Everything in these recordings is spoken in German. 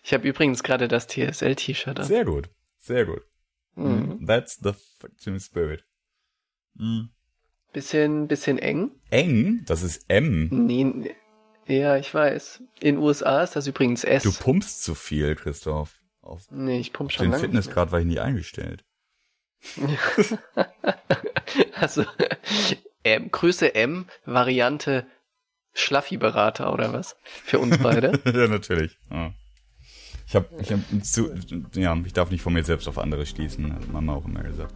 Ich habe übrigens gerade das TSL-T-Shirt an. Sehr gut, sehr gut. Mhm. That's the fucking spirit. Bisschen eng. Eng? Das ist M. Nee, ja, ich weiß. In den USA ist das übrigens S. Du pumpst zu viel, Christoph. Nee, ich pump schon Den lange Fitnessgrad war ich nie eingestellt. Also, Größe M, Variante Schlaffi-Berater oder was? Für uns beide. Ja, natürlich. Ja. Ich darf nicht von mir selbst auf andere schließen, hat Mama auch immer gesagt.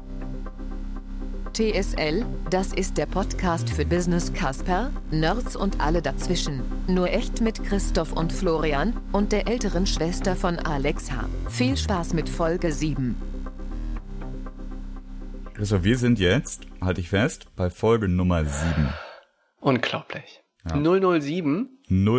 TSL, das ist der Podcast für Business Casper, Nerds und alle dazwischen. Nur echt mit Christoph und Florian und der älteren Schwester von Alex H. Viel Spaß mit Folge 7. Christoph, wir sind jetzt, halte ich fest, bei Folge Nummer 7. Unglaublich. Ja. 007.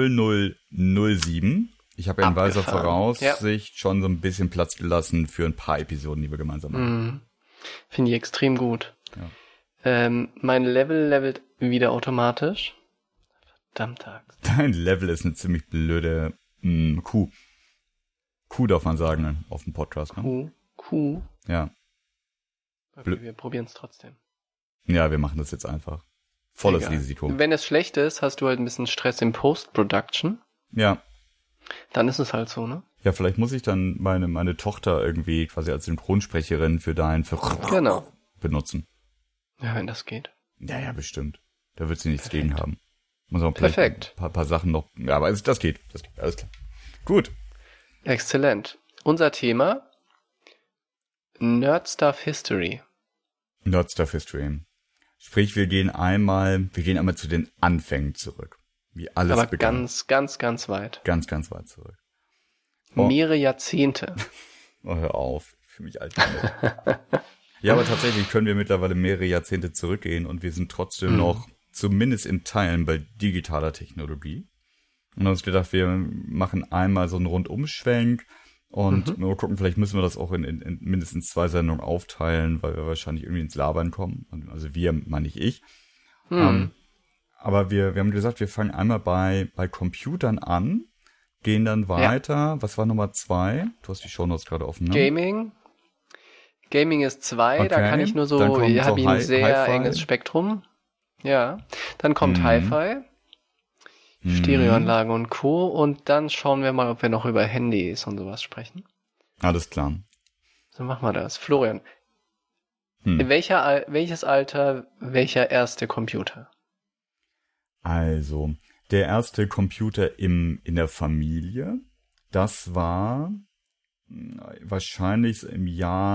0007. Ich habe ja in weiser Abgefahren. Voraussicht schon so ein bisschen Platz gelassen für ein paar Episoden, die wir gemeinsam machen. Finde ich extrem gut. Ja. Mein Level levelt wieder automatisch. Verdammt Axt. Dein Level ist eine ziemlich blöde Kuh. Kuh darf man sagen auf dem Podcast, ne? Kuh. Ja. Okay, wir probieren es trotzdem. Ja, wir machen das jetzt einfach. Volles Egal. Risiko. Wenn es schlecht ist, hast du halt ein bisschen Stress im Post-Production. Ja. Dann ist es halt so, ne? Ja, vielleicht muss ich dann meine Tochter irgendwie quasi als Synchronsprecherin für dein Genau. benutzen. Ja, wenn das geht. Ja, bestimmt. Da wird sie nichts gegen haben. Muss auch vielleicht Perfekt. ein paar Sachen noch. Ja, aber das geht. Alles klar. Gut. Exzellent. Unser Thema: Nerd Stuff History. Nerd Stuff History. Sprich, wir gehen einmal zu den Anfängen zurück. Wie alles Aber begann. ganz weit. Ganz weit zurück. Oh. Mehrere Jahrzehnte. Oh, hör auf. Ich fühle mich alt. Ja, aber tatsächlich können wir mittlerweile mehrere Jahrzehnte zurückgehen und wir sind trotzdem noch, zumindest in Teilen, bei digitaler Technologie. Und uns gedacht, wir machen einmal so einen Rundumschwenk und mal gucken, vielleicht müssen wir das auch in mindestens 2 Sendungen aufteilen, weil wir wahrscheinlich irgendwie ins Labern kommen. Also wir, meine ich. Aber wir haben gesagt, wir fangen einmal bei Computern an, gehen dann weiter. Ja. Was war Nummer 2? Du hast die Shownotes gerade offen, ne? Gaming ist 2, okay. Da kann ich nur so, habe ich ein sehr enges Spektrum. Ja, dann kommt Hi-Fi, Stereoanlage und Co. Und dann schauen wir mal, ob wir noch über Handys und sowas sprechen. Alles klar. So machen wir das. Florian, welches Alter, welcher erste Computer? Also, der erste Computer in der Familie, das war wahrscheinlich im Jahr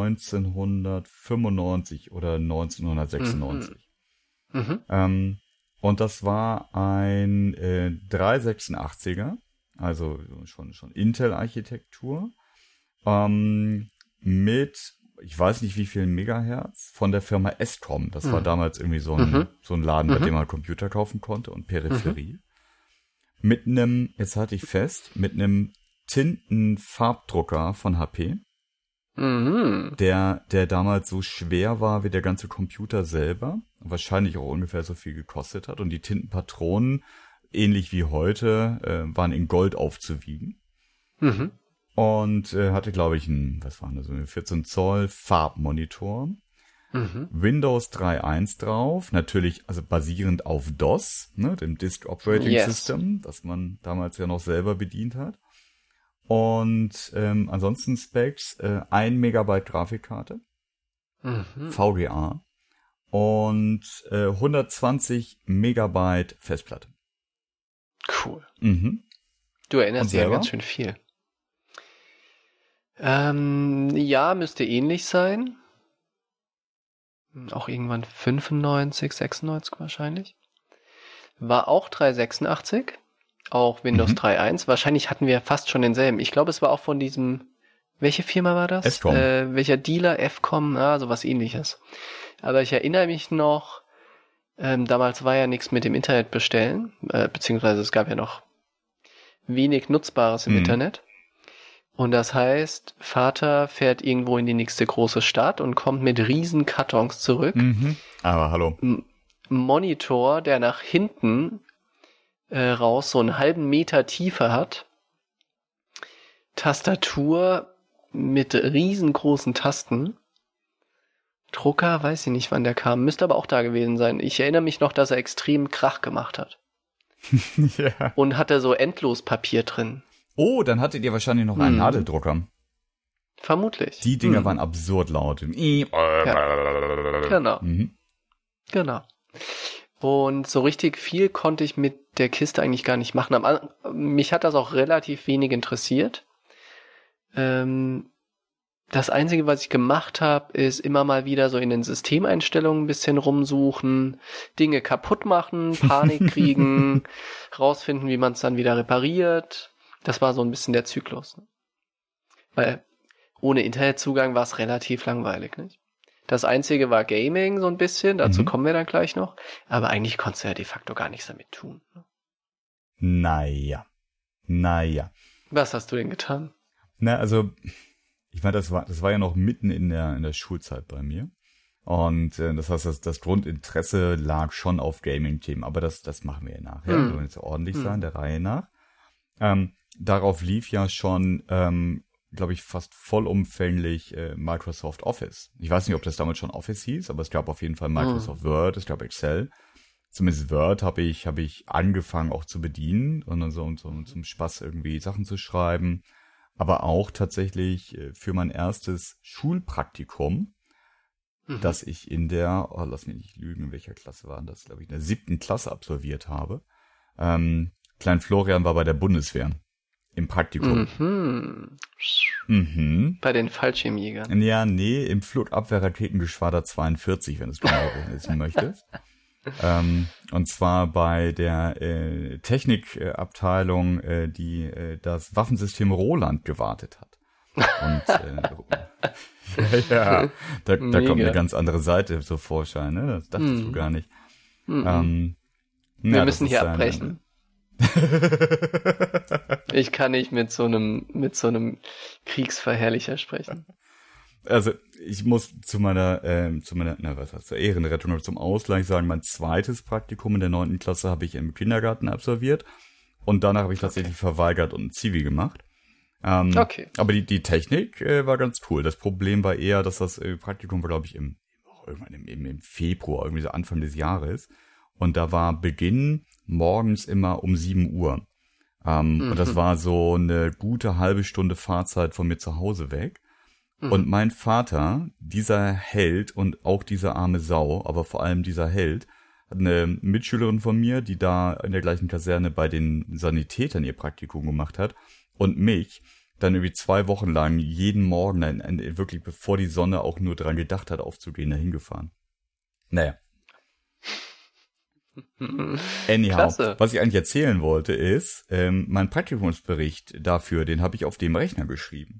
1995 oder 1996. Und das war ein 386er, also schon Intel-Architektur, mit, ich weiß nicht wie viel Megahertz, von der Firma Escom. Das war damals irgendwie so ein Laden, bei dem man Computer kaufen konnte und Peripherie. Mit einem, jetzt halte ich fest, mit einem Tintenfarbdrucker von HP, der damals so schwer war wie der ganze Computer selber, wahrscheinlich auch ungefähr so viel gekostet hat und die Tintenpatronen, ähnlich wie heute, waren in Gold aufzuwiegen. Und hatte, glaube ich, einen 14 Zoll Farbmonitor, Windows 3.1 drauf, natürlich, also basierend auf DOS, ne, dem Disk Operating System, das man damals ja noch selber bedient hat. Und ansonsten Specs, 1 Megabyte Grafikkarte, VGA und 120 Megabyte Festplatte. Cool. Du erinnerst dich ja ganz schön viel. Ja, müsste ähnlich sein. Auch irgendwann 95, 96 wahrscheinlich. War auch 386. Auch Windows 3.1. Wahrscheinlich hatten wir fast schon denselben. Ich glaube, es war auch von diesem, welche Firma war das? Escom. Welcher Dealer? Fcom, sowas ähnliches. Aber ich erinnere mich noch, damals war ja nichts mit dem Internet bestellen, beziehungsweise es gab ja noch wenig Nutzbares im Internet. Und das heißt, Vater fährt irgendwo in die nächste große Stadt und kommt mit riesen Kartons zurück. Aber hallo. Monitor, der nach hinten raus so einen halben Meter Tiefe hat. Tastatur mit riesengroßen Tasten. Drucker, weiß ich nicht, wann der kam. Müsste aber auch da gewesen sein. Ich erinnere mich noch, dass er extrem Krach gemacht hat. Ja. Und hatte so endlos Papier drin. Oh, dann hattet ihr wahrscheinlich noch einen Nadeldrucker. Vermutlich. Die Dinger waren absurd laut. Ja. Genau. Genau. Und so richtig viel konnte ich mit der Kiste eigentlich gar nicht machen. Mich hat das auch relativ wenig interessiert. Das Einzige, was ich gemacht habe, ist immer mal wieder so in den Systemeinstellungen ein bisschen rumsuchen, Dinge kaputt machen, Panik kriegen, rausfinden, wie man es dann wieder repariert. Das war so ein bisschen der Zyklus. Ne? Weil ohne Internetzugang war es relativ langweilig. Nicht? Das Einzige war Gaming so ein bisschen, dazu kommen wir dann gleich noch. Aber eigentlich konntest du ja de facto gar nichts damit tun. Ne? Naja. Was hast du denn getan? Na, also... Ich meine, das war ja noch mitten in der Schulzeit bei mir. Und das heißt, das Grundinteresse lag schon auf Gaming-Themen. Aber das machen wir ja nachher. Wir wollen jetzt ordentlich sein, der Reihe nach. Darauf lief ja schon, glaube ich, fast vollumfänglich Microsoft Office. Ich weiß nicht, ob das damals schon Office hieß, aber es gab auf jeden Fall Microsoft Word, es gab Excel. Zumindest Word habe ich angefangen auch zu bedienen und dann so zum Spaß irgendwie Sachen zu schreiben. Aber auch tatsächlich für mein erstes Schulpraktikum, das ich in der, lass mich nicht lügen, in welcher Klasse war das, glaube ich, in der 7. Klasse absolviert habe. Klein Florian war bei der Bundeswehr im Praktikum. Bei den Fallschirmjägern. Ja, nee, im Flugabwehrraketengeschwader 42, wenn du es genau wissen möchtest. Und zwar bei der Technikabteilung, die das Waffensystem Roland gewartet hat. Und da kommt eine ganz andere Seite zum Vorschein, ne? Das dachtest du gar nicht. Wir müssen hier abbrechen. Ich kann nicht mit so einem Kriegsverherrlicher sprechen. Also ich muss zur Ehrenrettung oder zum Ausgleich sagen, mein zweites Praktikum in der 9. Klasse habe ich im Kindergarten absolviert und danach habe ich tatsächlich verweigert und ein Zivi gemacht. Okay. Aber die Technik war ganz cool. Das Problem war eher, dass das Praktikum war, glaube ich, irgendwann im Februar, irgendwie so Anfang des Jahres. Und da war Beginn morgens immer um 7 Uhr. Und das war so eine gute halbe Stunde Fahrzeit von mir zu Hause weg. Und mein Vater, dieser Held und auch diese arme Sau, aber vor allem dieser Held, hat eine Mitschülerin von mir, die da in der gleichen Kaserne bei den Sanitätern ihr Praktikum gemacht hat und mich dann irgendwie 2 Wochen lang jeden Morgen, wirklich bevor die Sonne auch nur dran gedacht hat, aufzugehen, dahin gefahren. Naja. Anyhow, Klasse. Was ich eigentlich erzählen wollte ist, mein Praktikumsbericht dafür, den habe ich auf dem Rechner geschrieben.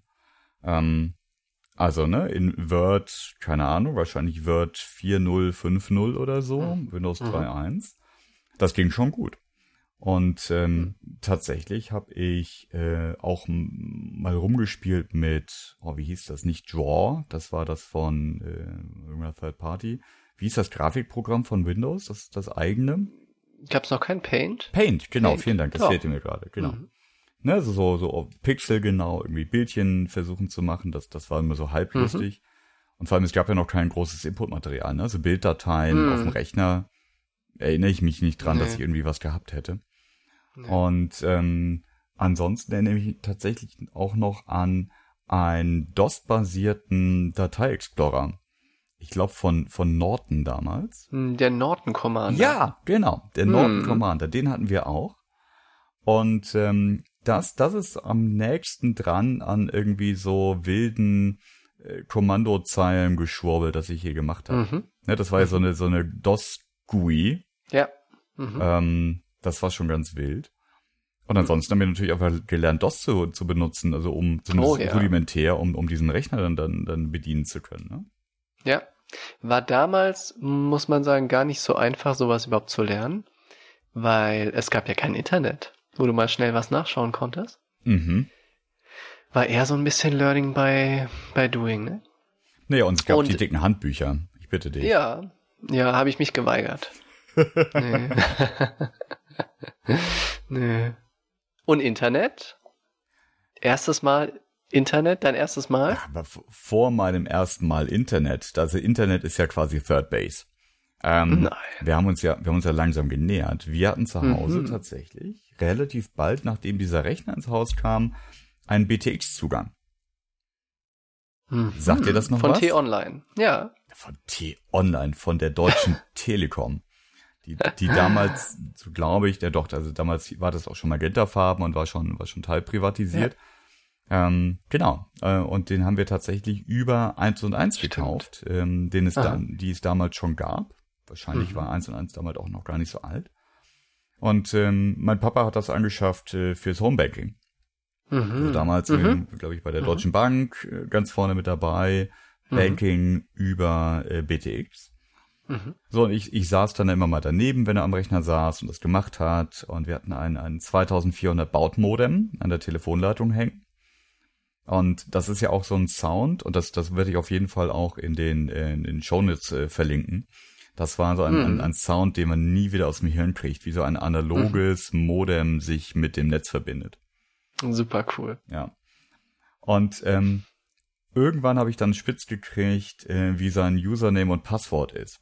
Also, ne, in Word, keine Ahnung, wahrscheinlich Word 4.0, 5.0 oder so, Windows 3.1. Das ging schon gut. Und tatsächlich habe ich auch mal rumgespielt mit, wie hieß das, nicht Draw, das war das von irgendeiner Third Party. Wie hieß das Grafikprogramm von Windows, das eigene? Gab's noch kein Paint? Paint, genau, vielen Dank, das fehlte mir gerade, genau. Ne, also so pixelgenau irgendwie Bildchen versuchen zu machen, das war immer so halblustig. Und vor allem, es gab ja noch kein großes Inputmaterial, ne? Also Bilddateien auf dem Rechner, erinnere ich mich nicht dran, dass ich irgendwie was gehabt hätte. Und ansonsten erinnere ich mich tatsächlich auch noch an einen DOS-basierten Datei-Explorer. Ich glaube von Norton damals. Der Norton Commander. Ja, genau, der Norton Commander, den hatten wir auch. Und das ist am nächsten dran an irgendwie so wilden Kommandozeilen geschwurbelt, das ich hier gemacht habe. Ne, das war ja so eine DOS-GUI. Ja. Das war schon ganz wild. Und ansonsten haben wir natürlich einfach gelernt, DOS zu benutzen, also zumindest rudimentär, um diesen Rechner dann bedienen zu können. Ne? Ja. War damals, muss man sagen, gar nicht so einfach, sowas überhaupt zu lernen, weil es gab ja kein Internet, wo du mal schnell was nachschauen konntest. War eher so ein bisschen Learning by Doing, ne? Naja, und es gab die dicken Handbücher. Ich bitte dich. Ja, habe ich mich geweigert. Nee. Nee. Und Internet? Erstes Mal Internet, dein erstes Mal? Aber vor meinem ersten Mal Internet. Also Internet ist ja quasi Third Base. Nein. Wir haben uns ja langsam genähert. Wir hatten zu Hause tatsächlich relativ bald, nachdem dieser Rechner ins Haus kam, einen BTX-Zugang. Sagt ihr das noch von was? Von T-Online, ja. Von T-Online, von der Deutschen Telekom. Die damals, so glaube ich, also damals war das auch schon Magentafarben und war schon teilprivatisiert. Ja. Genau. Und den haben wir tatsächlich über 1&1 gekauft, die es damals schon gab. Wahrscheinlich war 1&1 damals auch noch gar nicht so alt. Und mein Papa hat das angeschafft fürs Homebanking. Also damals, glaube ich, bei der Deutschen Bank ganz vorne mit dabei, Banking über BTX. So, und ich saß dann immer mal daneben, wenn er am Rechner saß und das gemacht hat. Und wir hatten ein 2400 Baud-Modem an der Telefonleitung hängen. Und das ist ja auch so ein Sound, und das werde ich auf jeden Fall auch in den Shownotes verlinken. Das war so ein Sound, den man nie wieder aus dem Hirn kriegt, wie so ein analoges Modem sich mit dem Netz verbindet. Super cool. Ja. Und irgendwann habe ich dann spitz gekriegt, wie sein Username und Passwort ist.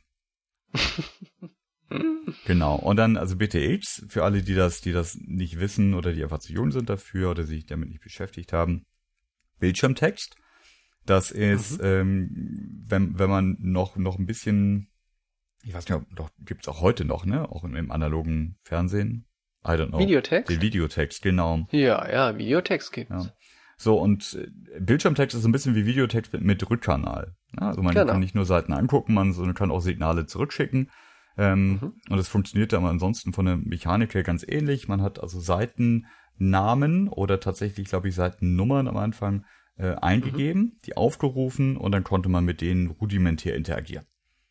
Genau. Und dann, also BTX, für alle, die das nicht wissen oder die einfach zu jung sind dafür oder sich damit nicht beschäftigt haben, Bildschirmtext. Das ist, wenn man noch ein bisschen, ich weiß nicht, doch gibt's auch heute noch, ne? Auch im analogen Fernsehen. I don't know. Videotext? Den Videotext, genau. Ja, Videotext gibt's. Ja. So, und Bildschirmtext ist ein bisschen wie Videotext mit Rückkanal. Ja, also man kann nicht nur Seiten angucken, man kann auch Signale zurückschicken. Und es funktioniert aber ansonsten von der Mechanik her ganz ähnlich. Man hat also Seitennamen oder tatsächlich, glaube ich, Seitennummern am Anfang eingegeben, die aufgerufen, und dann konnte man mit denen rudimentär interagieren.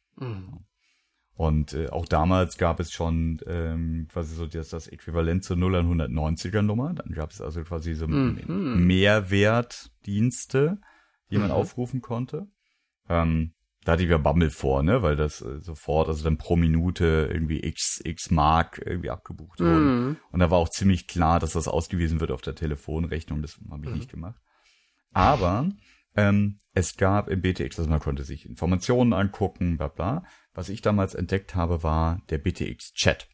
Und auch damals gab es schon quasi so das Äquivalent zur 0190er Nummer. Dann gab es also quasi so Mehrwertdienste, die man aufrufen konnte. Da hatte ich ja Bammel vor, ne, weil das sofort, also dann pro Minute irgendwie x Mark irgendwie abgebucht wurden. Und da war auch ziemlich klar, dass das ausgewiesen wird auf der Telefonrechnung. Das habe ich nicht gemacht. Aber es gab im BTX, also man konnte sich Informationen angucken, bla bla. Was ich damals entdeckt habe, war der BTX-Chat.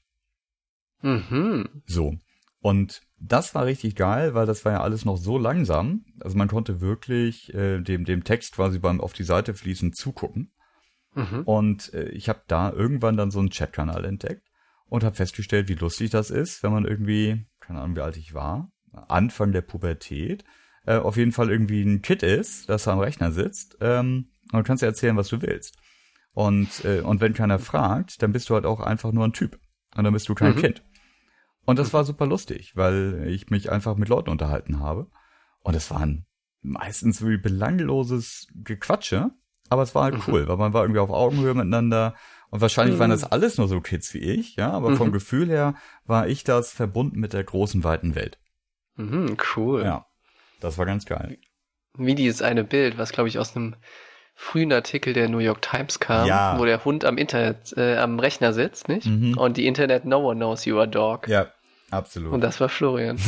So. Und das war richtig geil, weil das war ja alles noch so langsam. Also man konnte wirklich dem Text quasi beim auf die Seite fließen zugucken. Und ich habe da irgendwann dann so einen Chatkanal entdeckt und habe festgestellt, wie lustig das ist, wenn man irgendwie, keine Ahnung, wie alt ich war, Anfang der Pubertät, auf jeden Fall irgendwie ein Kid ist, das am Rechner sitzt, und du kannst dir erzählen, was du willst. Und wenn keiner fragt, dann bist du halt auch einfach nur ein Typ. Und dann bist du kein Kind. Und das war super lustig, weil ich mich einfach mit Leuten unterhalten habe. Und es waren meistens wirklich belangloses Gequatsche, aber es war halt cool, weil man war irgendwie auf Augenhöhe miteinander. Und wahrscheinlich waren das alles nur so Kids wie ich, ja, aber vom Gefühl her war ich das verbunden mit der großen, weiten Welt. Cool. Ja, das war ganz geil. Wie dieses eine Bild, was, glaube ich, aus einem frühen Artikel der New York Times kam, wo der Hund am Rechner sitzt, nicht? Und die Internet, no one knows you are a dog. Ja, absolut. Und das war Florian.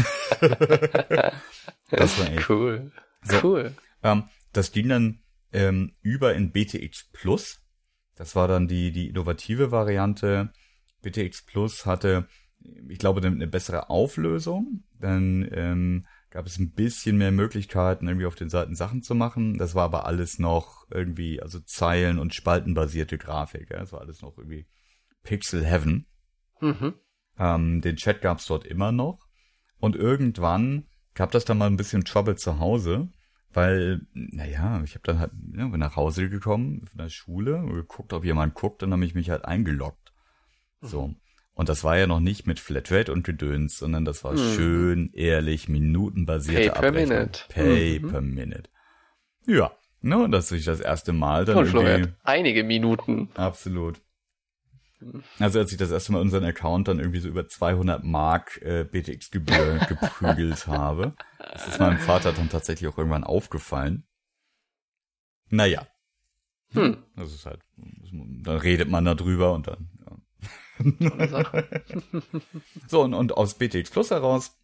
Das war echt cool. So, cool. Das ging dann über in BTX Plus. Das war dann die innovative Variante. BTX Plus hatte, ich glaube, eine bessere Auflösung. Dann gab es ein bisschen mehr Möglichkeiten, irgendwie auf den Seiten Sachen zu machen. Das war aber alles noch irgendwie, also Zeilen- und Spaltenbasierte Grafik. Ja? Das war alles noch irgendwie Pixel Heaven. Den Chat gab es dort immer noch. Und irgendwann gab das dann mal ein bisschen Trouble zu Hause, weil, naja, ich habe dann halt, bin nach Hause gekommen von der Schule, geguckt, ob jemand guckt, dann habe ich mich halt eingeloggt. So. Und das war ja noch nicht mit Flatrate und Gedöns, sondern das war schön, ehrlich, minutenbasierte Abrechnung. Pay per Minute. Ja, ne, und das ist das erste Mal dann irgendwie. Einige Minuten. Absolut. Also als ich das erste Mal unseren Account dann irgendwie so über 200 Mark BTX-Gebühr geprügelt habe, das ist meinem Vater dann tatsächlich auch irgendwann aufgefallen. Naja. Das ist halt, dann redet man da drüber und dann, ja. So, und aus BTX Plus heraus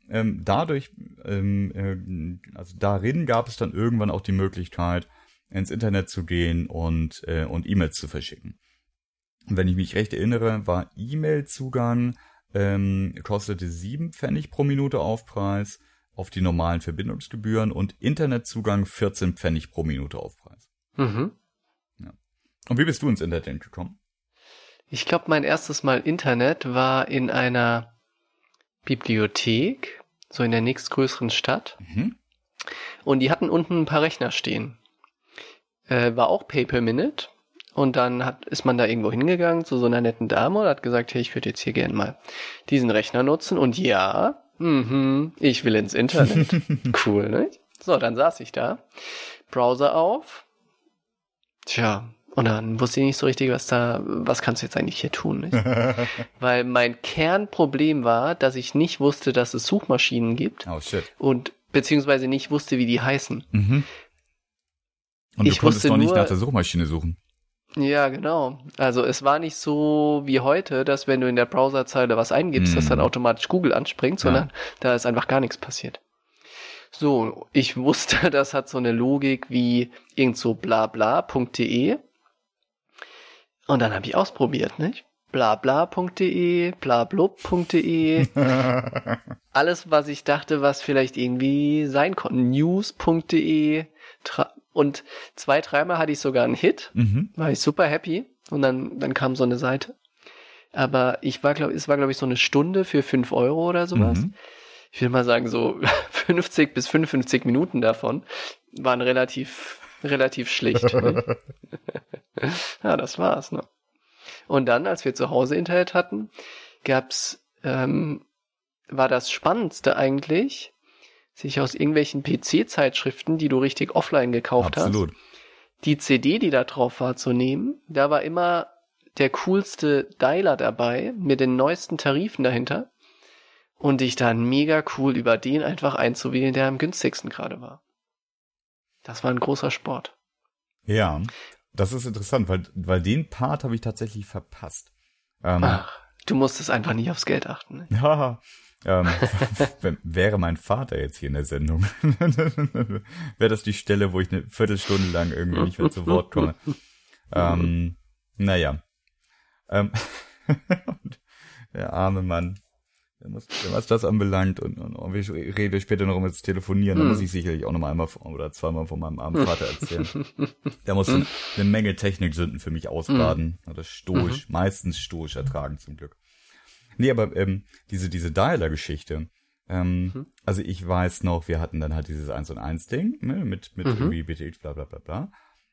dadurch, also darin gab es dann irgendwann auch die Möglichkeit, ins Internet zu gehen und E-Mails zu verschicken. Und wenn ich mich recht erinnere, war E-Mail-Zugang kostete 7 Pfennig pro Minute Aufpreis auf die normalen Verbindungsgebühren und Internetzugang 14 Pfennig pro Minute Aufpreis. Mhm. Ja. Und wie bist du ins Internet gekommen? Ich glaube, mein erstes Mal Internet war in einer Bibliothek, so in der nächstgrößeren Stadt. Mhm. Und die hatten unten ein paar Rechner stehen. War auch Paper-Minute. Und dann ist man da irgendwo hingegangen zu so einer netten Dame und hat gesagt, hey, ich würde jetzt hier gerne mal diesen Rechner nutzen. Und ja, ich will ins Internet. Cool, ne? So, dann saß ich da, Browser auf. Tja, und dann wusste ich nicht so richtig, was kannst du jetzt eigentlich hier tun, nicht? Weil mein Kernproblem war, dass ich nicht wusste, dass es Suchmaschinen gibt. Oh, shit. Und beziehungsweise nicht wusste, wie die heißen. Mhm. Und du konntest noch nicht nach der Suchmaschine suchen. Ja, genau. Also es war nicht so wie heute, dass wenn du in der Browserzeile was eingibst, dass dann automatisch Google anspringt, sondern da ist einfach gar nichts passiert. So, ich wusste, das hat so eine Logik wie irgend so blabla.de. Und dann habe ich ausprobiert, nicht? blabla.de, blablub.de. Alles, was ich dachte, was vielleicht irgendwie sein konnte. News.de. Und 2-3 Mal hatte ich sogar einen Hit. War ich super happy. Und dann kam so eine Seite. Aber es war, glaube ich, so eine Stunde für 5 Euro oder sowas. Ich würde mal sagen, so 50 bis 55 Minuten davon waren relativ schlicht. Ne? Ja, das war's, ne? Und dann, als wir zu Hause Internet hatten, war das Spannendste eigentlich, sich aus irgendwelchen PC-Zeitschriften, die du richtig offline gekauft hast, die CD, die da drauf war, zu nehmen. Da war immer der coolste Dialer dabei, mit den neuesten Tarifen dahinter. Und dich dann mega cool über den einfach einzuwählen, der am günstigsten gerade war. Das war ein großer Sport. Ja, das ist interessant, weil den Part habe ich tatsächlich verpasst. Ach, du musstest einfach nicht aufs Geld achten. Ne? Ja, wäre mein Vater jetzt hier in der Sendung, wäre das die Stelle, wo ich eine Viertelstunde lang irgendwie nicht mehr zu Wort komme. Naja. Der arme Mann. Was das anbelangt und wir reden später noch um das Telefonieren, da muss ich sicherlich auch noch mal einmal oder zweimal von meinem armen Vater erzählen. Der muss eine Menge Techniksünden für mich ausbaden oder meistens stoisch ertragen zum Glück. Nee, aber diese Dialer-Geschichte, also ich weiß noch, wir hatten dann halt dieses 1&1-Ding, ne, mit irgendwie BTX, bla bla bla bla.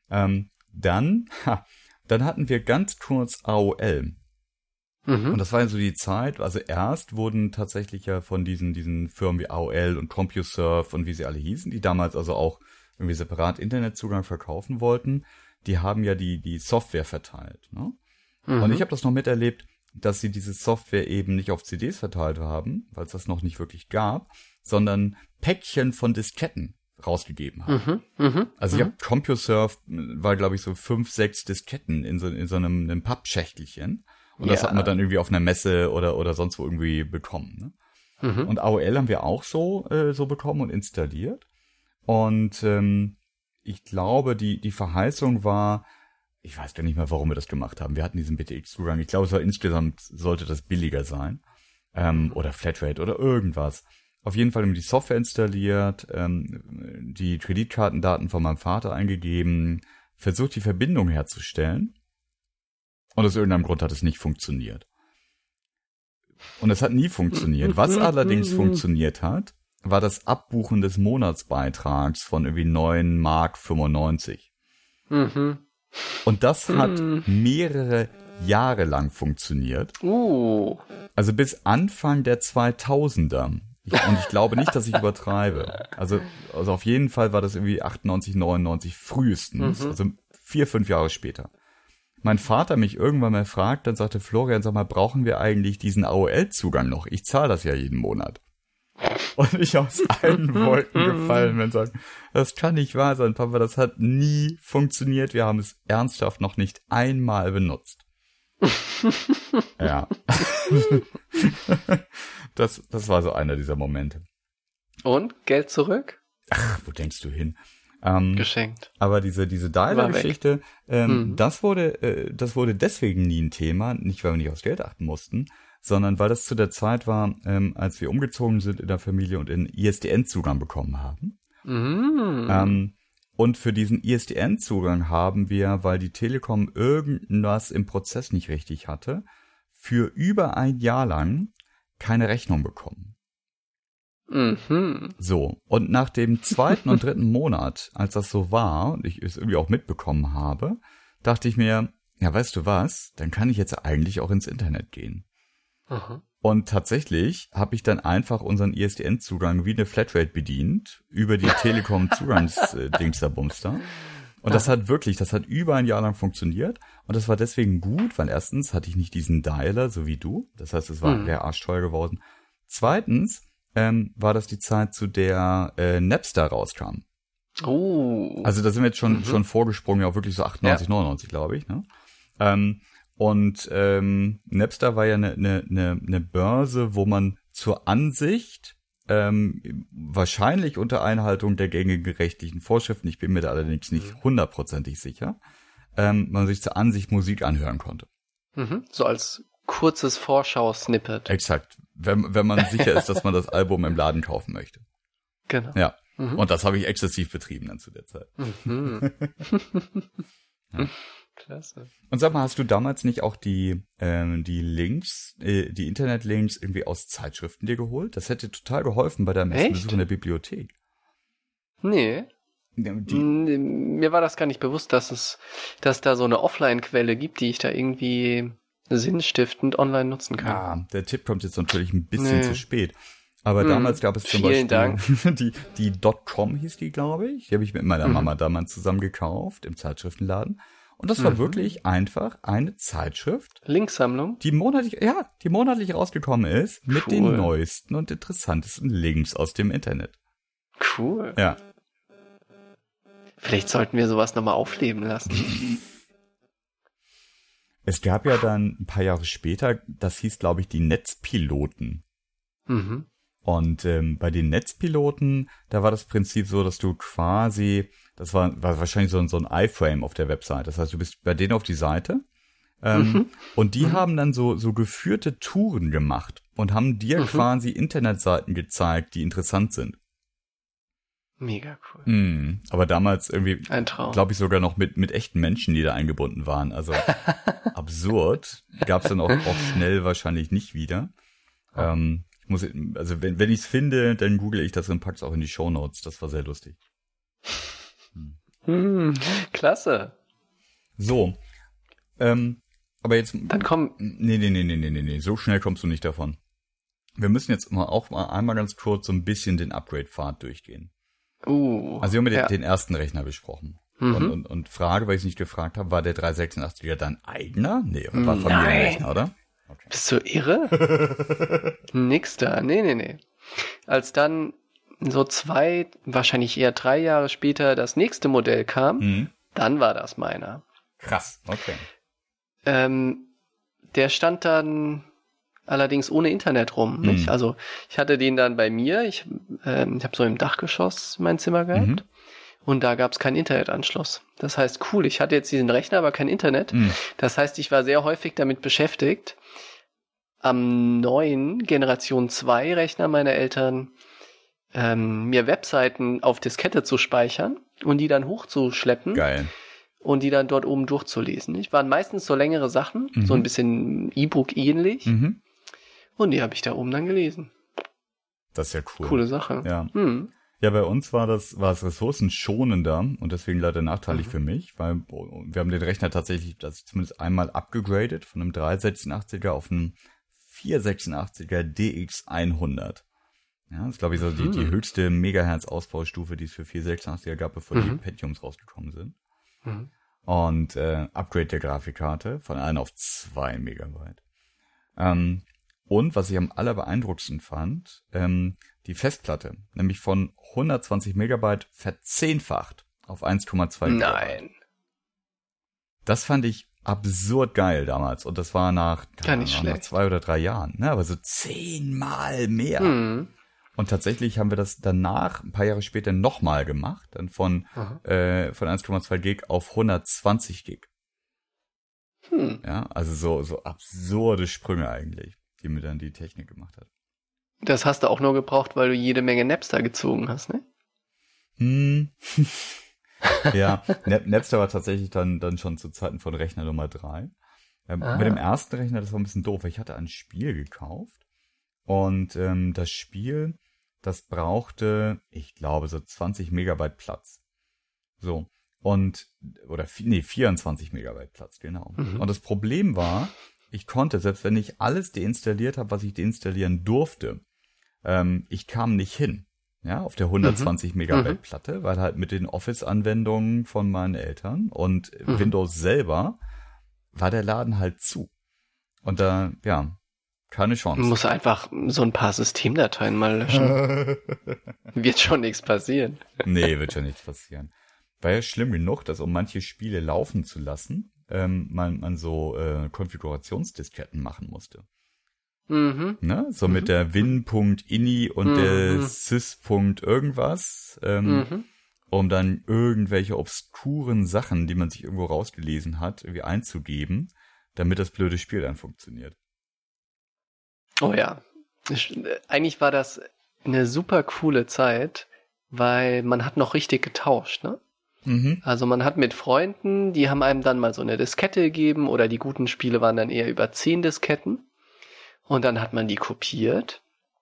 Dann hatten wir ganz kurz AOL. Und das war ja so die Zeit, also erst wurden tatsächlich ja von diesen Firmen wie AOL und CompuServe und wie sie alle hießen, die damals also auch irgendwie separat Internetzugang verkaufen wollten, die haben ja die Software verteilt. Ne? Und ich habe das noch miterlebt, dass sie diese Software eben nicht auf CDs verteilt haben, weil es das noch nicht wirklich gab, sondern Päckchen von Disketten rausgegeben haben. Also ich habe CompuServe, war glaube ich so 5, 6 Disketten in so einem Pappschächtelchen. Und das hat man dann irgendwie auf einer Messe oder sonst wo irgendwie bekommen. Ne? Und AOL haben wir auch so bekommen und installiert. Und ich glaube, die Verheißung war, ich weiß gar nicht mehr, warum wir das gemacht haben. Wir hatten diesen BTX-Zugang. Ich glaube, insgesamt sollte das billiger sein. Oder Flatrate oder irgendwas. Auf jeden Fall haben wir die Software installiert, die Kreditkartendaten von meinem Vater eingegeben, versucht die Verbindung herzustellen. Und aus irgendeinem Grund hat es nicht funktioniert. Und es hat nie funktioniert. Was allerdings funktioniert hat, war das Abbuchen des Monatsbeitrags von irgendwie 9,95 Mark. Und das hat mehrere Jahre lang funktioniert. Also bis Anfang der 2000er. Und ich glaube nicht, dass ich übertreibe. Also auf jeden Fall war das irgendwie 98, 99 frühestens. Also 4, 5 Jahre später. Mein Vater mich irgendwann mal fragt, dann sagte Florian, sag mal, brauchen wir eigentlich diesen AOL-Zugang noch? Ich zahle das ja jeden Monat. Und ich aus allen Wolken gefallen bin und sagen, das kann nicht wahr sein, Papa, das hat nie funktioniert. Wir haben es ernsthaft noch nicht einmal benutzt. Ja. Das war so einer dieser Momente. Und? Geld zurück? Ach, wo denkst du hin? Geschenkt. Aber diese Dialer-Geschichte, das wurde deswegen nie ein Thema, nicht weil wir nicht aufs Geld achten mussten, sondern weil das zu der Zeit war, als wir umgezogen sind in der Familie und einen ISDN-Zugang bekommen haben. Und für diesen ISDN-Zugang haben wir, weil die Telekom irgendwas im Prozess nicht richtig hatte, für über ein Jahr lang keine Rechnung bekommen. So, und nach dem 2. und 3. Monat, als das so war und ich es irgendwie auch mitbekommen habe, dachte ich mir, ja, weißt du was, dann kann ich jetzt eigentlich auch ins Internet gehen. Und tatsächlich habe ich dann einfach unseren ISDN-Zugang wie eine Flatrate bedient, über die Telekom-Zugangsdingsterbumster. Und das hat über ein Jahr lang funktioniert. Und das war deswegen gut, weil erstens hatte ich nicht diesen Dialer, so wie du. Das heißt, es war sehr arschteuer geworden. Zweitens war das die Zeit, zu der Napster rauskam. Oh. Also da sind wir jetzt schon vorgesprungen, ja auch wirklich so 98, 99, glaube ich. Ne? Und Napster war ja eine Börse, wo man zur Ansicht wahrscheinlich unter Einhaltung der gängigen rechtlichen Vorschriften, ich bin mir da allerdings nicht hundertprozentig sicher, man sich zur Ansicht Musik anhören konnte. So als kurzes Vorschau-Snippet. Exakt. Wenn man sicher ist, dass man das Album im Laden kaufen möchte. Genau. Ja. Und das habe ich exzessiv betrieben dann zu der Zeit. Ja. Klasse. Und sag mal, hast du damals nicht auch die Links, die Internetlinks irgendwie aus Zeitschriften dir geholt? Das hätte total geholfen bei deinem ersten Besuch in der Bibliothek. Nee. Mir war das gar nicht bewusst, dass da so eine Offline-Quelle gibt, die ich da irgendwie sinnstiftend online nutzen kann. Ja, der Tipp kommt jetzt natürlich ein bisschen zu spät. Aber damals gab es zum Beispiel die .com hieß die, glaube ich. Die habe ich mit meiner Mama damals zusammen gekauft im Zeitschriftenladen. Und das war wirklich einfach eine Zeitschrift. Linksammlung? Die monatlich rausgekommen ist mit den neuesten und interessantesten Links aus dem Internet. Cool. Ja. Vielleicht sollten wir sowas nochmal aufleben lassen. Es gab ja dann ein paar Jahre später, das hieß, glaube ich, die Netzpiloten. Und bei den Netzpiloten, da war das Prinzip so, dass du quasi, das war wahrscheinlich so ein iFrame auf der Website. Das heißt, du bist bei denen auf die Seite und die haben dann so geführte Touren gemacht und haben dir quasi Internetseiten gezeigt, die interessant sind. Mega cool. Aber damals irgendwie, ein Traum, glaube ich, sogar noch mit echten Menschen, die da eingebunden waren. Also absurd. Gab's dann auch schnell wahrscheinlich nicht wieder. Wenn ich es finde, dann google ich das und pack's auch in die Shownotes. Das war sehr lustig. Klasse. So. Aber jetzt. Dann komm. Nee. So schnell kommst du nicht davon. Wir müssen jetzt mal einmal ganz kurz so ein bisschen den Upgrade-Pfad durchgehen. Also wir haben den ersten Rechner besprochen. Und Frage, weil ich es nicht gefragt habe, war der 386er dann eigener? Nee, war Familienrechner, oder? Okay. Bist du irre? Nix da. Nee. Als dann so 2, wahrscheinlich eher 3 Jahre später das nächste Modell kam, dann war das meiner. Krass, okay. Der stand dann allerdings ohne Internet rum. Nicht? Also ich hatte den dann bei mir. Ich habe so im Dachgeschoss mein Zimmer gehabt. Und da gab es keinen Internetanschluss. Das heißt, cool, ich hatte jetzt diesen Rechner, aber kein Internet. Das heißt, ich war sehr häufig damit beschäftigt, am neuen Generation 2 Rechner meiner Eltern mir Webseiten auf Diskette zu speichern und die dann hochzuschleppen. Geil. Und die dann dort oben durchzulesen. Es waren meistens so längere Sachen, so ein bisschen E-Book ähnlich. Und die habe ich da oben dann gelesen. Das ist ja cool. Coole Sache. Ja. Ja, bei uns war es ressourcenschonender und deswegen leider nachteilig für mich, weil wir haben den Rechner tatsächlich zumindest einmal abgegradet von einem 386er auf einen 486er DX100. Ja, das ist, glaube ich, so die höchste Megahertz-Ausbaustufe, die es für 486er gab, bevor die Pentiums rausgekommen sind. Und Upgrade der Grafikkarte von 1 auf 2 Megabyte. Und was ich am allerbeeindruckendsten fand, die Festplatte, nämlich von 120 Megabyte verzehnfacht auf 1,2 Megabyte. Nein. Das fand ich absurd geil damals. Und das war nach 2 oder 3 Jahren, ne? Aber so 10-mal mehr. Und tatsächlich haben wir das danach, ein paar Jahre später, nochmal gemacht. Dann von 1,2 Gig auf 120 Gig. Ja, also so absurde Sprünge eigentlich, die mir dann die Technik gemacht hat. Das hast du auch nur gebraucht, weil du jede Menge Napster gezogen hast, ne? Ja, Napster war tatsächlich dann schon zu Zeiten von Rechner Nummer 3. Mit dem ersten Rechner, das war ein bisschen doof, weil ich hatte ein Spiel gekauft und das Spiel, das brauchte, ich glaube, so 20 Megabyte Platz. So. 24 Megabyte Platz, genau. Und das Problem war, ich konnte, selbst wenn ich alles deinstalliert habe, was ich deinstallieren durfte, ich kam nicht hin, ja, auf der 120 Megabyte Platte, weil halt mit den Office-Anwendungen von meinen Eltern und Windows selber war der Laden halt zu. Und da, ja, keine Chance. Du musst einfach so ein paar Systemdateien mal löschen. Wird schon nichts passieren. Nee, wird schon nichts passieren. War ja schlimm genug, dass um manche Spiele laufen zu lassen, man so Konfigurationsdisketten machen musste. Ne? So mit der win.ini und der sys. irgendwas, um dann irgendwelche obskuren Sachen, die man sich irgendwo rausgelesen hat, irgendwie einzugeben, damit das blöde Spiel dann funktioniert. Oh ja. Eigentlich war das eine super coole Zeit, weil man hat noch richtig getauscht, ne? Also man hat mit Freunden, die haben einem dann mal so eine Diskette gegeben oder die guten Spiele waren dann eher über 10 Disketten und dann hat man die kopiert.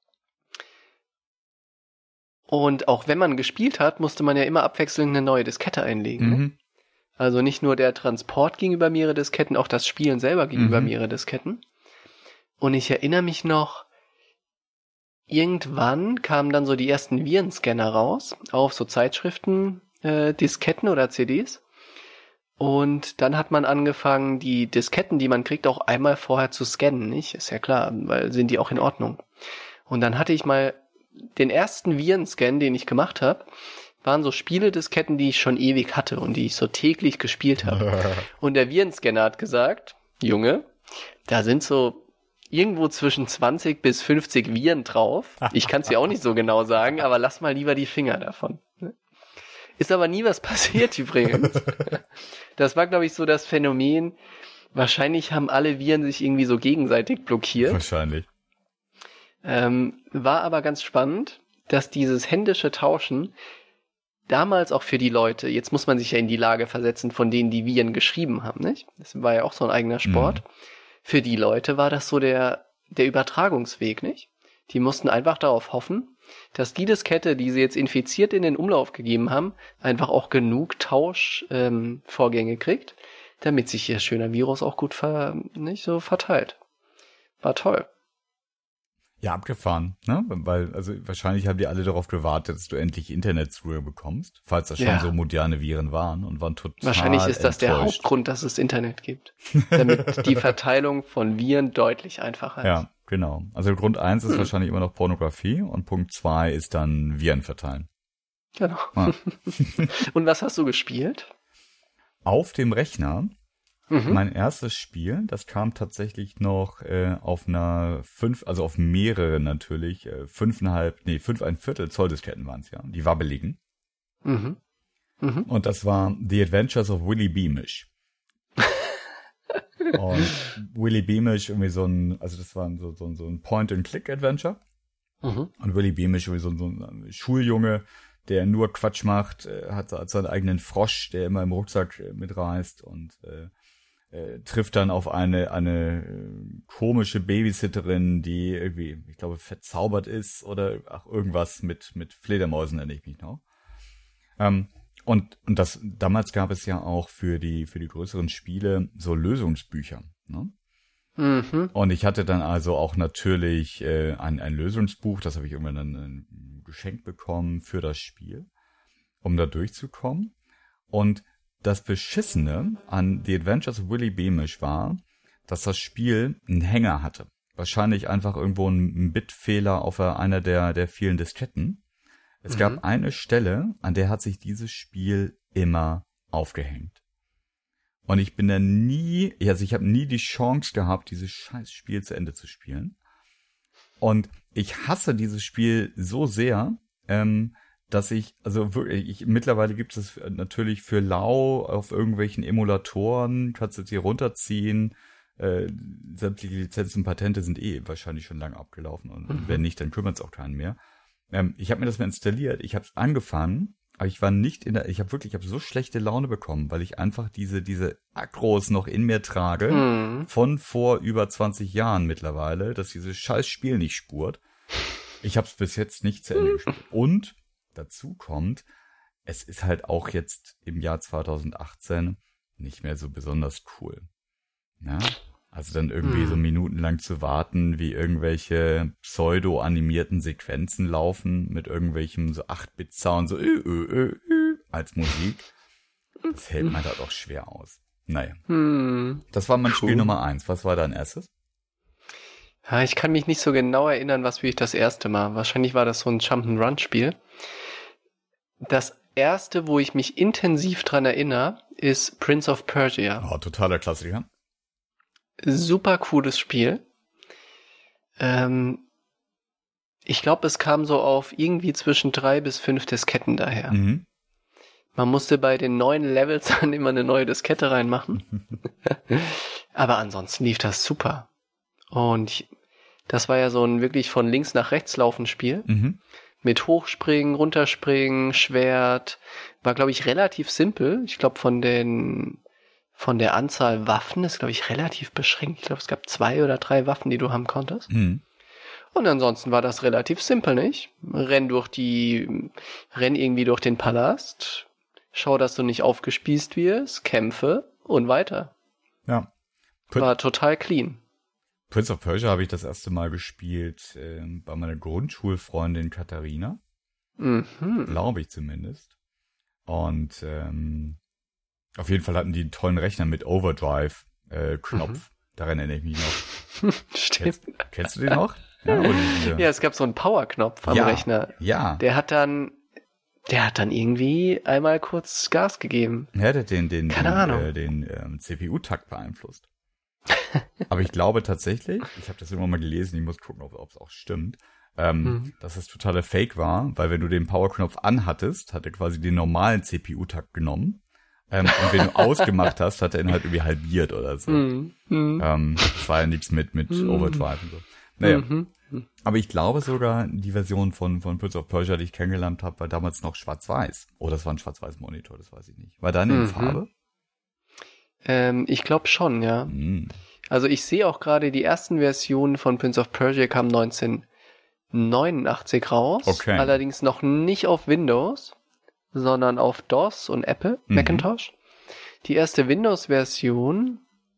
Und auch wenn man gespielt hat, musste man ja immer abwechselnd eine neue Diskette einlegen. Ne? Also nicht nur der Transport ging über mehrere Disketten, auch das Spielen selber ging über mehrere Disketten. Und ich erinnere mich noch, irgendwann kamen dann so die ersten Virenscanner raus auf so Zeitschriften, Disketten oder CDs. Und dann hat man angefangen, die Disketten, die man kriegt, auch einmal vorher zu scannen, nicht? Ist ja klar, weil sind die auch in Ordnung. Und dann hatte ich mal den ersten Virenscan, den ich gemacht habe, waren so Spiele-Disketten, die ich schon ewig hatte und die ich so täglich gespielt habe. Und der Virenscanner hat gesagt, Junge, da sind so irgendwo zwischen 20 bis 50 Viren drauf. Ich kann es dir auch nicht so genau sagen, aber lass mal lieber die Finger davon. Ist aber nie was passiert übrigens. Das war, glaube ich, so das Phänomen. Wahrscheinlich haben alle Viren sich irgendwie so gegenseitig blockiert. Wahrscheinlich. War aber ganz spannend, dass dieses händische Tauschen damals auch für die Leute, jetzt muss man sich ja in die Lage versetzen, von denen die Viren geschrieben haben, nicht? Das war ja auch so ein eigener Sport. Für die Leute war das so der Übertragungsweg, nicht? Die mussten einfach darauf hoffen, dass die Diskette, die sie jetzt infiziert in den Umlauf gegeben haben, einfach auch genug Tauschvorgänge kriegt, damit sich ihr schöner Virus auch gut nicht so verteilt. War toll. Ja, abgefahren, ne? Weil, also wahrscheinlich haben die alle darauf gewartet, dass du endlich Internetzugang bekommst, falls das schon so moderne Viren waren und waren total wahrscheinlich ist das enttäuscht. der Hauptgrund, dass es Internet gibt. Damit die Verteilung von Viren deutlich einfacher ist. Ja, genau. Also Grund 1 ist wahrscheinlich immer noch Pornografie und Punkt 2 ist dann Viren verteilen. Genau. Ja. Und was hast du gespielt? Auf dem Rechner, mein erstes Spiel, das kam tatsächlich noch auf also auf mehrere natürlich, 5,25 Zoll Disketten waren es ja, die wabbeligen. Und das war The Adventures of Willy Beamish. Und Willy Beamish irgendwie das war so ein Point-and-Click-Adventure. Und Willy Beamish irgendwie so ein Schuljunge, der nur Quatsch macht, hat seinen eigenen Frosch, der immer im Rucksack mitreist und trifft dann auf eine komische Babysitterin, die irgendwie, ich glaube, verzaubert ist oder irgendwas mit Fledermäusen, nenne ich mich noch. Und das damals gab es ja auch für die größeren Spiele so Lösungsbücher, ne? Und ich hatte dann also auch natürlich ein Lösungsbuch, das habe ich irgendwann dann geschenkt bekommen für das Spiel, um da durchzukommen. Und das Beschissene an The Adventures of Willy Beamish war, dass das Spiel einen Hänger hatte. Wahrscheinlich einfach irgendwo ein Bitfehler auf einer der vielen Disketten. Es gab eine Stelle, an der hat sich dieses Spiel immer aufgehängt. Und ich bin dann ich habe nie die Chance gehabt, dieses scheiß Spiel zu Ende zu spielen. Und ich hasse dieses Spiel so sehr, dass mittlerweile gibt es natürlich für lau auf irgendwelchen Emulatoren, kannst du es hier runterziehen. Sämtliche Lizenzen, Patente sind wahrscheinlich schon lange abgelaufen. Und wenn nicht, dann kümmert es auch keinen mehr. Ich habe mir das mal installiert. Ich habe es angefangen. Aber ich war nicht ich habe so schlechte Laune bekommen, weil ich einfach diese Akros noch in mir trage, von vor über 20 Jahren mittlerweile, dass dieses scheiß Spiel nicht spurt. Ich habe es bis jetzt nicht zu Ende gespielt. Und dazu kommt, es ist halt auch jetzt im Jahr 2018 nicht mehr so besonders cool. Ja? Also dann irgendwie so minutenlang zu warten, wie irgendwelche pseudo-animierten Sequenzen laufen mit irgendwelchem so 8-Bit-Sound, so als Musik. Das hält man da doch schwer aus. Naja. Das war mein Spiel Nummer 1. Was war dein erstes? Ja, ich kann mich nicht so genau erinnern, was ich das erste Mal. Wahrscheinlich war das so ein Jump'n'Run-Spiel. Das erste, wo ich mich intensiv dran erinnere, ist Prince of Persia. Oh, totaler Klassiker. Super cooles Spiel. Ich glaube, es kam so auf irgendwie zwischen 3 bis 5 Disketten daher. Mhm. Man musste bei den neuen Levels dann immer eine neue Diskette reinmachen. Aber ansonsten lief das super. Und das war ja so ein wirklich von links nach rechts laufen Spiel. Mhm. Mit Hochspringen, Runterspringen, Schwert. War, glaube ich, relativ simpel. Ich glaube, von der Anzahl Waffen ist, glaube ich, relativ beschränkt. Ich glaube, es gab 2 oder 3 Waffen, die du haben konntest. Mhm. Und ansonsten war das relativ simpel, nicht? Renn irgendwie durch den Palast, schau, dass du nicht aufgespießt wirst, kämpfe und weiter. Ja. War total clean. Prince of Persia habe ich das erste Mal gespielt bei meiner Grundschulfreundin Katharina. Glaube ich zumindest. Und auf jeden Fall hatten die einen tollen Rechner mit Overdrive-Knopf. Daran erinnere ich mich noch. Stimmt. Kennst du den noch? Ja, ja, es gab so einen Power-Knopf am Rechner. Ja. Der hat dann irgendwie einmal kurz Gas gegeben. Ja, der hat Keine Ahnung. den CPU-Takt beeinflusst. Aber ich glaube tatsächlich, ich habe das irgendwann mal gelesen, ich muss gucken, ob es auch stimmt, dass es totaler Fake war, weil wenn du den Power-Knopf anhattest, hat er quasi den normalen CPU-Takt genommen. Und wenn du ausgemacht hast, hat er ihn halt irgendwie halbiert oder so. Das war ja nichts mit Overdrive und so. Naja. Aber ich glaube sogar, die Version von Prince of Persia, die ich kennengelernt habe, war damals noch schwarz-weiß. Oh, das war ein schwarz-weiß-Monitor, das weiß ich nicht. War deine in Farbe? Ich glaube schon, ja. Also ich sehe auch gerade, die ersten Versionen von Prince of Persia kamen 1989 raus. Okay. Allerdings noch nicht auf Windows, sondern auf DOS und Apple, Macintosh. Die erste Windows-Version,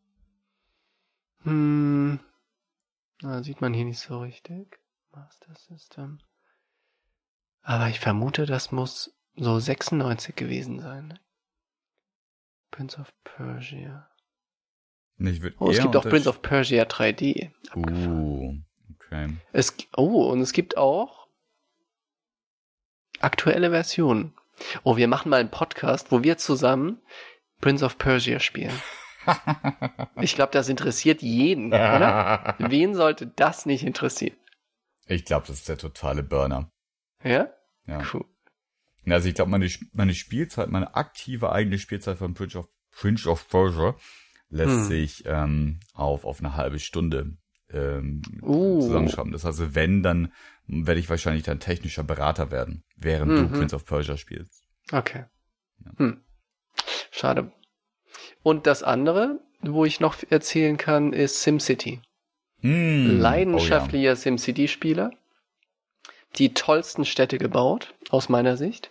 sieht man hier nicht so richtig. Master System. Aber ich vermute, das muss so 96 gewesen sein. Ne? Prince of Persia. Es gibt auch Prince of Persia 3D. Okay. Und es gibt auch aktuelle Versionen. Oh, wir machen mal einen Podcast, wo wir zusammen Prince of Persia spielen. Ich glaube, das interessiert jeden, oder? Wen sollte das nicht interessieren? Ich glaube, das ist der totale Burner. Ja? Ja. Cool. Also ich glaube, meine Spielzeit, meine aktive eigene Spielzeit von Prince of Persia lässt sich auf eine halbe Stunde zusammenschreiben. Das heißt, wenn, dann werde ich wahrscheinlich dann technischer Berater werden, während du Prince of Persia spielst. Okay. Ja. Schade. Und das andere, wo ich noch erzählen kann, ist SimCity. Leidenschaftlicher SimCity-Spieler. Die tollsten Städte gebaut, aus meiner Sicht.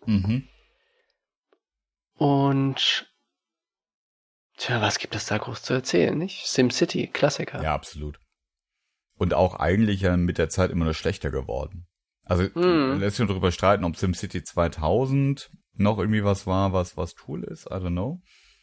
Und was gibt es da groß zu erzählen, nicht? SimCity, Klassiker. Ja, absolut. Und auch eigentlich ja mit der Zeit immer nur schlechter geworden. Also lässt sich darüber streiten, ob SimCity 2000 noch irgendwie was war, was cool ist. I don't know.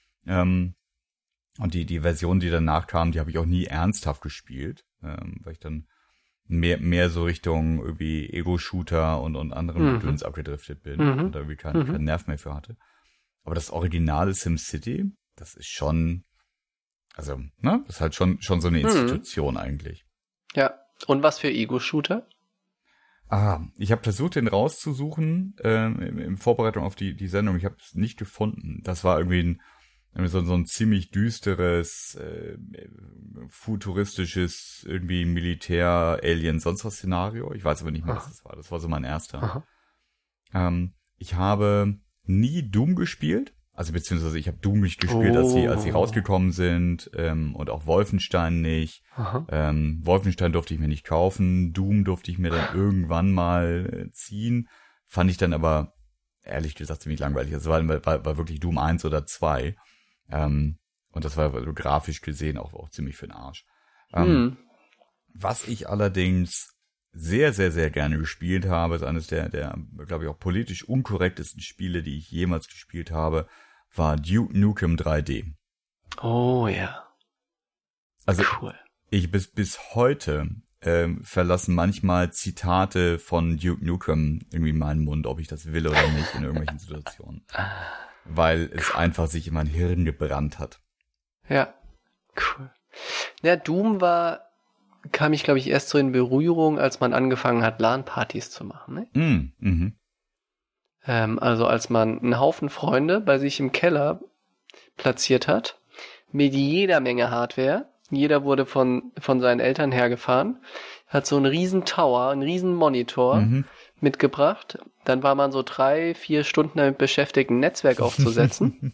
Und die Version, die danach kam, die habe ich auch nie ernsthaft gespielt, weil ich dann mehr so Richtung irgendwie Ego-Shooter und anderen Gedöns abgedriftet bin und da irgendwie keinen Nerv mehr für hatte. Aber das originale SimCity, das ist schon, also, ne, das ist halt schon so eine Institution eigentlich. Ja, und was für Ego-Shooter? Ich habe versucht, den rauszusuchen in Vorbereitung auf die Sendung. Ich habe es nicht gefunden. Das war irgendwie so ein ziemlich düsteres, futuristisches, irgendwie Militär, Alien, sonst was Szenario. Ich weiß aber nicht mehr, was das war. Das war so mein erster. Ich habe nie Doom gespielt. Also beziehungsweise ich habe Doom nicht gespielt, als sie rausgekommen sind, und auch Wolfenstein nicht. Wolfenstein durfte ich mir nicht kaufen, Doom durfte ich mir dann irgendwann mal ziehen. Fand ich dann aber, ehrlich gesagt, ziemlich langweilig. Es war wirklich Doom 1 oder 2. Und das war grafisch gesehen auch ziemlich für den Arsch. Was ich allerdings sehr, sehr, sehr gerne gespielt habe, ist eines der glaube ich, auch politisch unkorrektesten Spiele, die ich jemals gespielt habe, war Duke Nukem 3D. Oh ja. Also cool. Ich bis heute verlassen manchmal Zitate von Duke Nukem irgendwie meinen Mund, ob ich das will oder nicht, in irgendwelchen Situationen. Weil es einfach sich in mein Hirn gebrannt hat. Ja, cool. Ja, Doom kam ich, glaube ich, erst so in Berührung, als man angefangen hat, LAN-Partys zu machen, ne? Also als man einen Haufen Freunde bei sich im Keller platziert hat, mit jeder Menge Hardware. Jeder wurde von seinen Eltern hergefahren, hat so einen riesen Tower, einen riesen Monitor mitgebracht. Dann war man so 3-4 Stunden damit beschäftigt, ein Netzwerk aufzusetzen.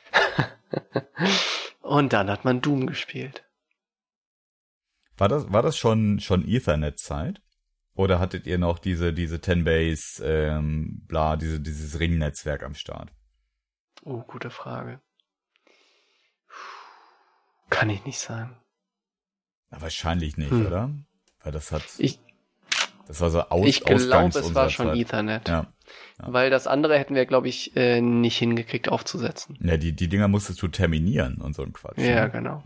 Und dann hat man Doom gespielt. War das schon Ethernet-Zeit? Oder hattet ihr noch diese 10-Base, dieses Ringnetzwerk am Start? Oh, gute Frage. Kann ich nicht sagen. Na, wahrscheinlich nicht, oder? Weil das war so Ich glaube, es war schon Ethernet. Ja. Weil das andere hätten wir, glaube ich, nicht hingekriegt aufzusetzen. Ja, die Dinger musstest du terminieren und so ein Quatsch. Ja, ne? genau.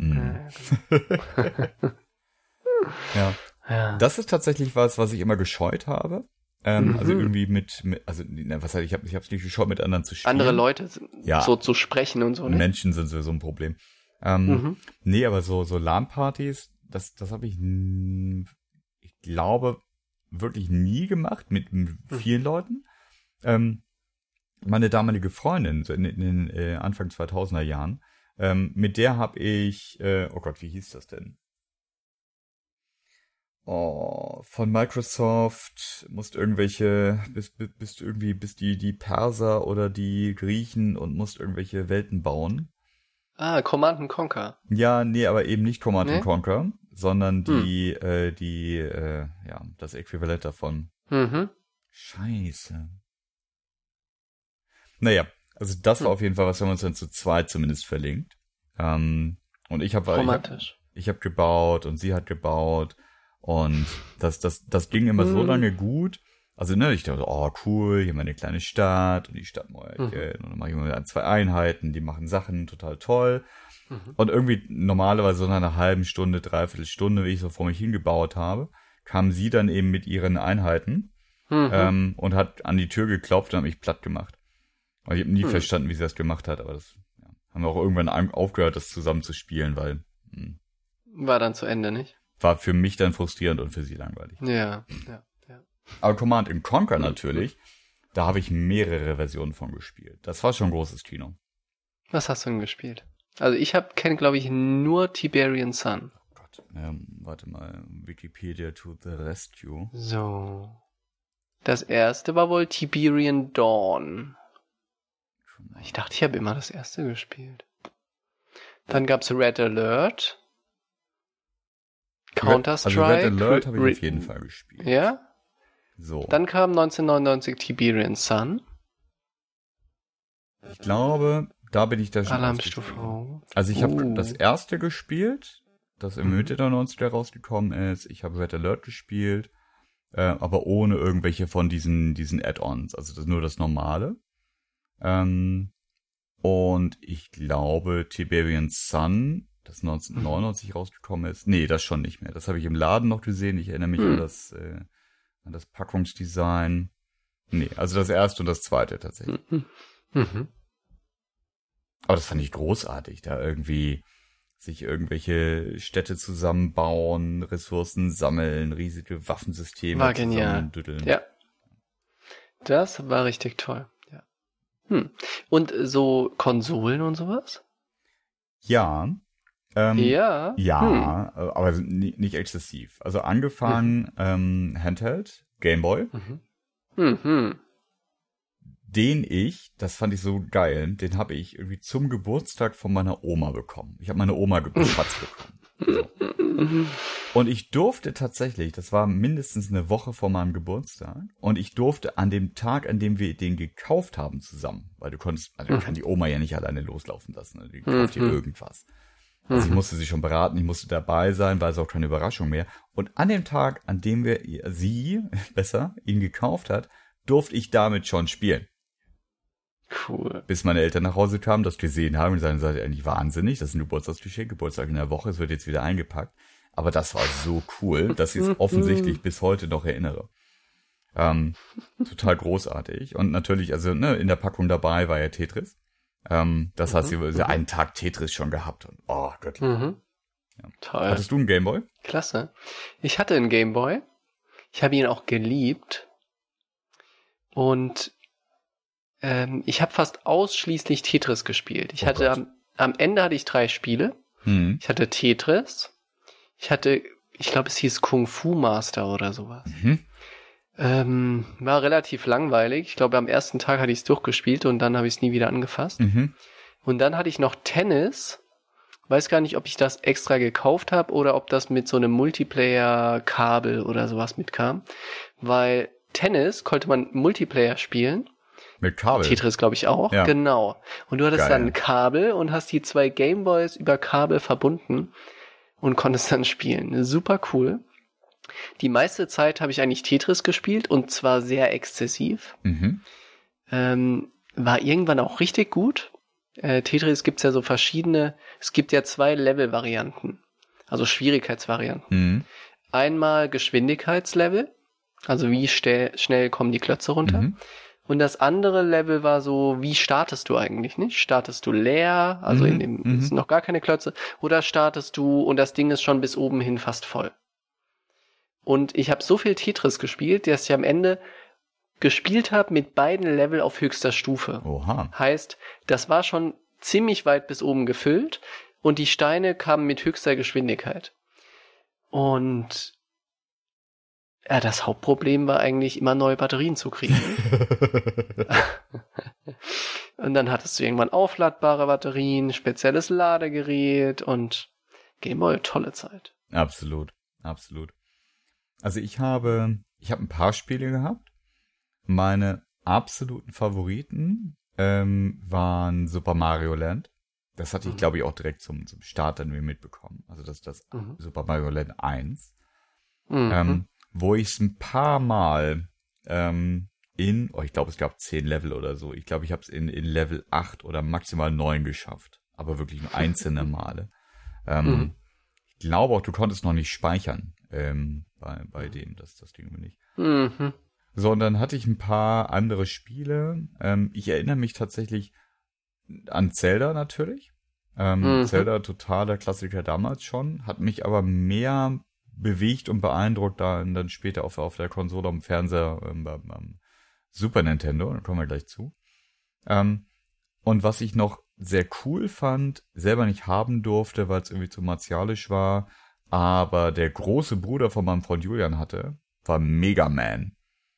Ja. Ja. Das ist tatsächlich was ich immer gescheut habe. Also irgendwie ich hab's nicht gescheut, mit anderen zu spielen. Andere Leute so zu sprechen und so, ne? Menschen sind so ein Problem. Nee, aber so LAN-Partys, das habe ich glaube, wirklich nie gemacht mit vielen Leuten. Meine damalige Freundin in den Anfang 2000er Jahren, mit der habe ich, oh Gott, wie hieß das denn? Von Microsoft bist die Perser oder die Griechen und musst irgendwelche Welten bauen. Command & Conquer. Ja, nee, aber eben nicht Command & Conquer, sondern das Äquivalent davon. Scheiße. Naja, also das war auf jeden Fall was, wir haben uns dann zu zweit zumindest verlinkt. Und ich habe gebaut und sie hat gebaut. Und das ging immer so lange gut. Also, ne, ich dachte, cool, hier mal eine kleine Stadt und die Stadt und dann mache ich mal 2 Einheiten, die machen Sachen total toll. Und irgendwie normalerweise so nach einer halben Stunde, 3/4 Stunde, wie ich so vor mich hingebaut habe, kam sie dann eben mit ihren Einheiten und hat an die Tür geklopft und hat mich platt gemacht. Und ich habe nie verstanden, wie sie das gemacht hat, aber das haben wir auch irgendwann aufgehört, das zusammen zu spielen, weil war dann zu Ende, nicht? War für mich dann frustrierend und für sie langweilig. Ja. Aber Command & Conquer natürlich, da habe ich mehrere Versionen von gespielt. Das war schon ein großes Kino. Was hast du denn gespielt? Also ich kenne, glaube ich, nur Tiberian Sun. Oh Gott, warte mal, Wikipedia to the rescue. So. Das erste war wohl Tiberian Dawn. Ich dachte, ich habe immer das erste gespielt. Dann gab's Red Alert. Counter-Strike. Also Red Alert habe ich auf jeden Fall gespielt. Ja? So. Dann kam 1999 Tiberian Sun. Ich glaube, da bin ich da schon Alarmstufe. Also ich habe das erste gespielt, das im Mitte der 90er rausgekommen ist. Ich habe Red Alert gespielt, aber ohne irgendwelche von diesen Add-ons. Also das ist nur das Normale. Und ich glaube, Tiberian Sun, das 1999 rausgekommen ist. Nee, das schon nicht mehr. Das habe ich im Laden noch gesehen. Ich erinnere mich an das Packungsdesign. Nee, also das erste und das zweite tatsächlich. Aber das fand ich großartig, da irgendwie sich irgendwelche Städte zusammenbauen, Ressourcen sammeln, riesige Waffensysteme War genial. zusammendüddeln. Ja. Das war richtig toll. Ja. Und so Konsolen und sowas? Ja. Ja. Ja, aber nicht exzessiv. Also angefangen Handheld, Gameboy. Den das fand ich so geil, den habe ich irgendwie zum Geburtstag von meiner Oma bekommen. Ich habe meine Oma gepatzt bekommen. So. Und ich durfte tatsächlich, das war mindestens eine Woche vor meinem Geburtstag, und ich durfte an dem Tag, an dem wir den gekauft haben zusammen, weil du kann die Oma ja nicht alleine loslaufen lassen, ne? Die kauft hier irgendwas. Also ich musste sie schon beraten, ich musste dabei sein, war es auch keine Überraschung mehr. Und an dem Tag, an dem ihn gekauft hat, durfte ich damit schon spielen. Cool. Bis meine Eltern nach Hause kamen, das gesehen haben und sagen, das ist eigentlich wahnsinnig, das ist ein Geburtstagsgeschenk, Geburtstag in der Woche, es wird jetzt wieder eingepackt. Aber das war so cool, dass ich es offensichtlich bis heute noch erinnere. Total großartig. Und natürlich, also in der Packung dabei war ja Tetris. Das heißt, sie einen Tag Tetris schon gehabt. Und, oh, göttlich. Ja. Toll. Hattest du einen Gameboy? Klasse. Ich hatte einen Gameboy. Ich habe ihn auch geliebt. Und ich habe fast ausschließlich Tetris gespielt. Ich hatte am Ende hatte ich 3 Spiele. Ich hatte Tetris. Ich glaube, es hieß Kung Fu Master oder sowas. War relativ langweilig. Ich glaube, am ersten Tag hatte ich es durchgespielt und dann habe ich es nie wieder angefasst. Und dann hatte ich noch Tennis. Weiß gar nicht, ob ich das extra gekauft habe oder ob das mit so einem Multiplayer-Kabel oder sowas mitkam. Weil Tennis konnte man Multiplayer spielen. Mit Kabel? Tetris, glaube ich, auch. Ja. Genau. Und du hattest dann ein Kabel und hast die 2 Gameboys über Kabel verbunden und konntest dann spielen. Super cool. Die meiste Zeit habe ich eigentlich Tetris gespielt und zwar sehr exzessiv. War irgendwann auch richtig gut. Tetris gibt's ja so verschiedene, es gibt ja 2 Level-Varianten, also Schwierigkeitsvarianten. Einmal Geschwindigkeitslevel, also wie schnell kommen die Klötze runter. Und das andere Level war so, wie startest du eigentlich, nicht? Startest du leer, also in dem sind noch gar keine Klötze, oder startest du und das Ding ist schon bis oben hin fast voll. Und ich habe so viel Tetris gespielt, dass ich am Ende gespielt habe mit beiden Level auf höchster Stufe. Oha. Heißt, das war schon ziemlich weit bis oben gefüllt und die Steine kamen mit höchster Geschwindigkeit. Und ja, das Hauptproblem war eigentlich immer neue Batterien zu kriegen. Und dann hattest du irgendwann aufladbare Batterien, spezielles Ladegerät und Gameboy, tolle Zeit. Absolut, absolut. Also ich habe ein paar Spiele gehabt. Meine absoluten Favoriten waren Super Mario Land. Das hatte ich, glaube ich, auch direkt zum Start dann mitbekommen. Also das Super Mario Land 1. Wo ich es ein paar Mal ich glaube, es gab 10 Level oder so. Ich glaube, ich habe es in Level 8 oder maximal 9 geschafft. Aber wirklich nur einzelne Male. Ich glaube auch, du konntest noch nicht speichern bei dem, das Ding nicht. Sondern hatte ich ein paar andere Spiele. Ich erinnere mich tatsächlich an Zelda natürlich. Zelda, totaler Klassiker damals schon. Hat mich aber mehr bewegt und beeindruckt dann später auf der Konsole, am Fernseher, beim Super Nintendo. Da kommen wir gleich zu. Und was ich noch sehr cool fand, selber nicht haben durfte, weil es irgendwie zu martialisch war, aber der große Bruder von meinem Freund Julian hatte, war Mega Man.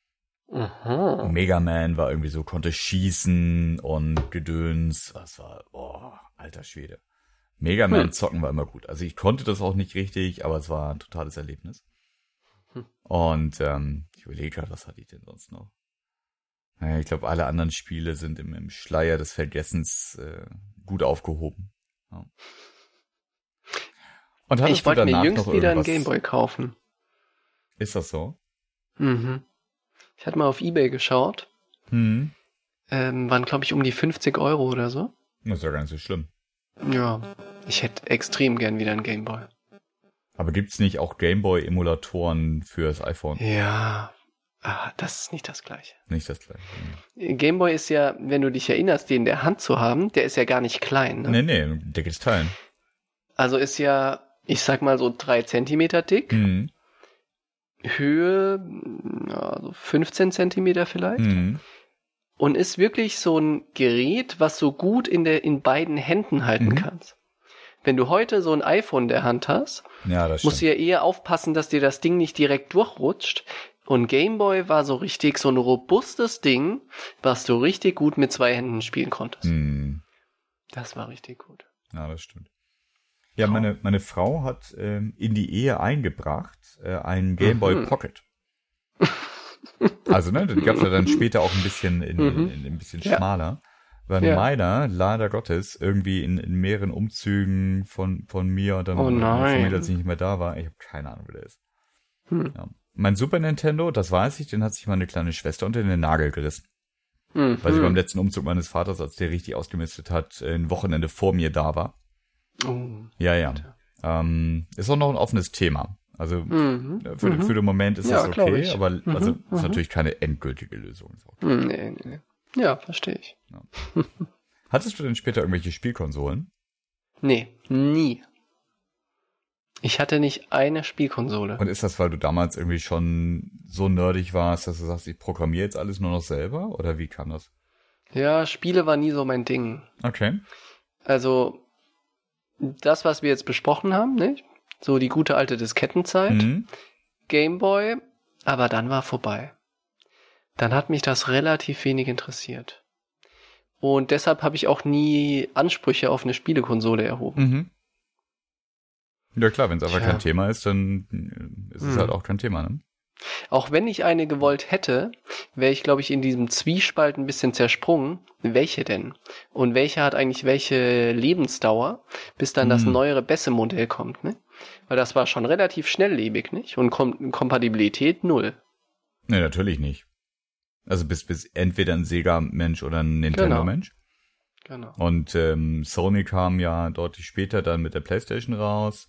Mega Man war irgendwie so, konnte schießen und Gedöns. Das war, alter Schwede. Mega Man zocken war immer gut. Also ich konnte das auch nicht richtig, aber es war ein totales Erlebnis. Und ich überlege gerade, was hatte ich denn sonst noch? Naja, ich glaube, alle anderen Spiele sind im Schleier des Vergessens gut aufgehoben. Ja. Und ich wollte mir jüngst wieder einen Gameboy kaufen. Ist das so? Ich hatte mal auf eBay geschaut. Waren, glaube ich, um die 50 € oder so. Das ist ja gar nicht so schlimm. Ja, ich hätte extrem gern wieder einen Gameboy. Aber gibt's nicht auch Gameboy-Emulatoren fürs iPhone? Ja, Das ist nicht das Gleiche. Nicht das Gleiche. Gameboy ist ja, wenn du dich erinnerst, den in der Hand zu haben, der ist ja gar nicht klein. Ne? Nee, dickes Teil. Also ist ja, ich sag mal so 3 Zentimeter dick. Mhm. Höhe, so 15 Zentimeter vielleicht. Mhm. Und ist wirklich so ein Gerät, was so gut in beiden Händen halten kannst. Wenn du heute so ein iPhone in der Hand hast, musst du ja eher aufpassen, dass dir das Ding nicht direkt durchrutscht. Und Gameboy war so richtig so ein robustes Ding, was du richtig gut mit 2 Händen spielen konntest. Mhm. Das war richtig gut. Ja, das stimmt. Ja, meine Frau hat in die Ehe eingebracht einen Gameboy Pocket. Also, ne, den gab's ja dann später auch ein bisschen ein bisschen schmaler. Weil meiner, leider Gottes, irgendwie in mehreren Umzügen von mir und dann Familie, als ich nicht mehr da war, ich habe keine Ahnung, wer der ist. Ja. Mein Super Nintendo, das weiß ich, den hat sich meine kleine Schwester unter den Nagel gerissen. Weil sie beim letzten Umzug meines Vaters, als der richtig ausgemistet hat, ein Wochenende vor mir da war. Ja. Ist auch noch ein offenes Thema. Also für den Moment ist das okay, aber also ist natürlich keine endgültige Lösung. Nee. Ja, verstehe ich. Ja. Hattest du denn später irgendwelche Spielkonsolen? Nee, nie. Ich hatte nicht eine Spielkonsole. Und ist das, weil du damals irgendwie schon so nerdig warst, dass du sagst, ich programmiere jetzt alles nur noch selber? Oder wie kam das? Ja, Spiele war nie so mein Ding. Okay. Also, das, was wir jetzt besprochen haben, nicht? So die gute alte Diskettenzeit, Gameboy, aber dann war vorbei. Dann hat mich das relativ wenig interessiert. Und deshalb habe ich auch nie Ansprüche auf eine Spielekonsole erhoben. Ja klar, wenn es einfach kein Thema ist, dann ist es halt auch kein Thema, ne? Auch wenn ich eine gewollt hätte, wäre ich, glaube ich, in diesem Zwiespalt ein bisschen zersprungen. Welche denn? Und welche hat eigentlich welche Lebensdauer, bis dann das neuere, bessere Modell kommt, ne? Weil das war schon relativ schnelllebig, nicht? Und Kompatibilität 0. Ne, natürlich nicht. Also bis entweder ein Sega-Mensch oder ein Nintendo-Mensch. Genau. Und Sony kam ja deutlich später dann mit der PlayStation raus.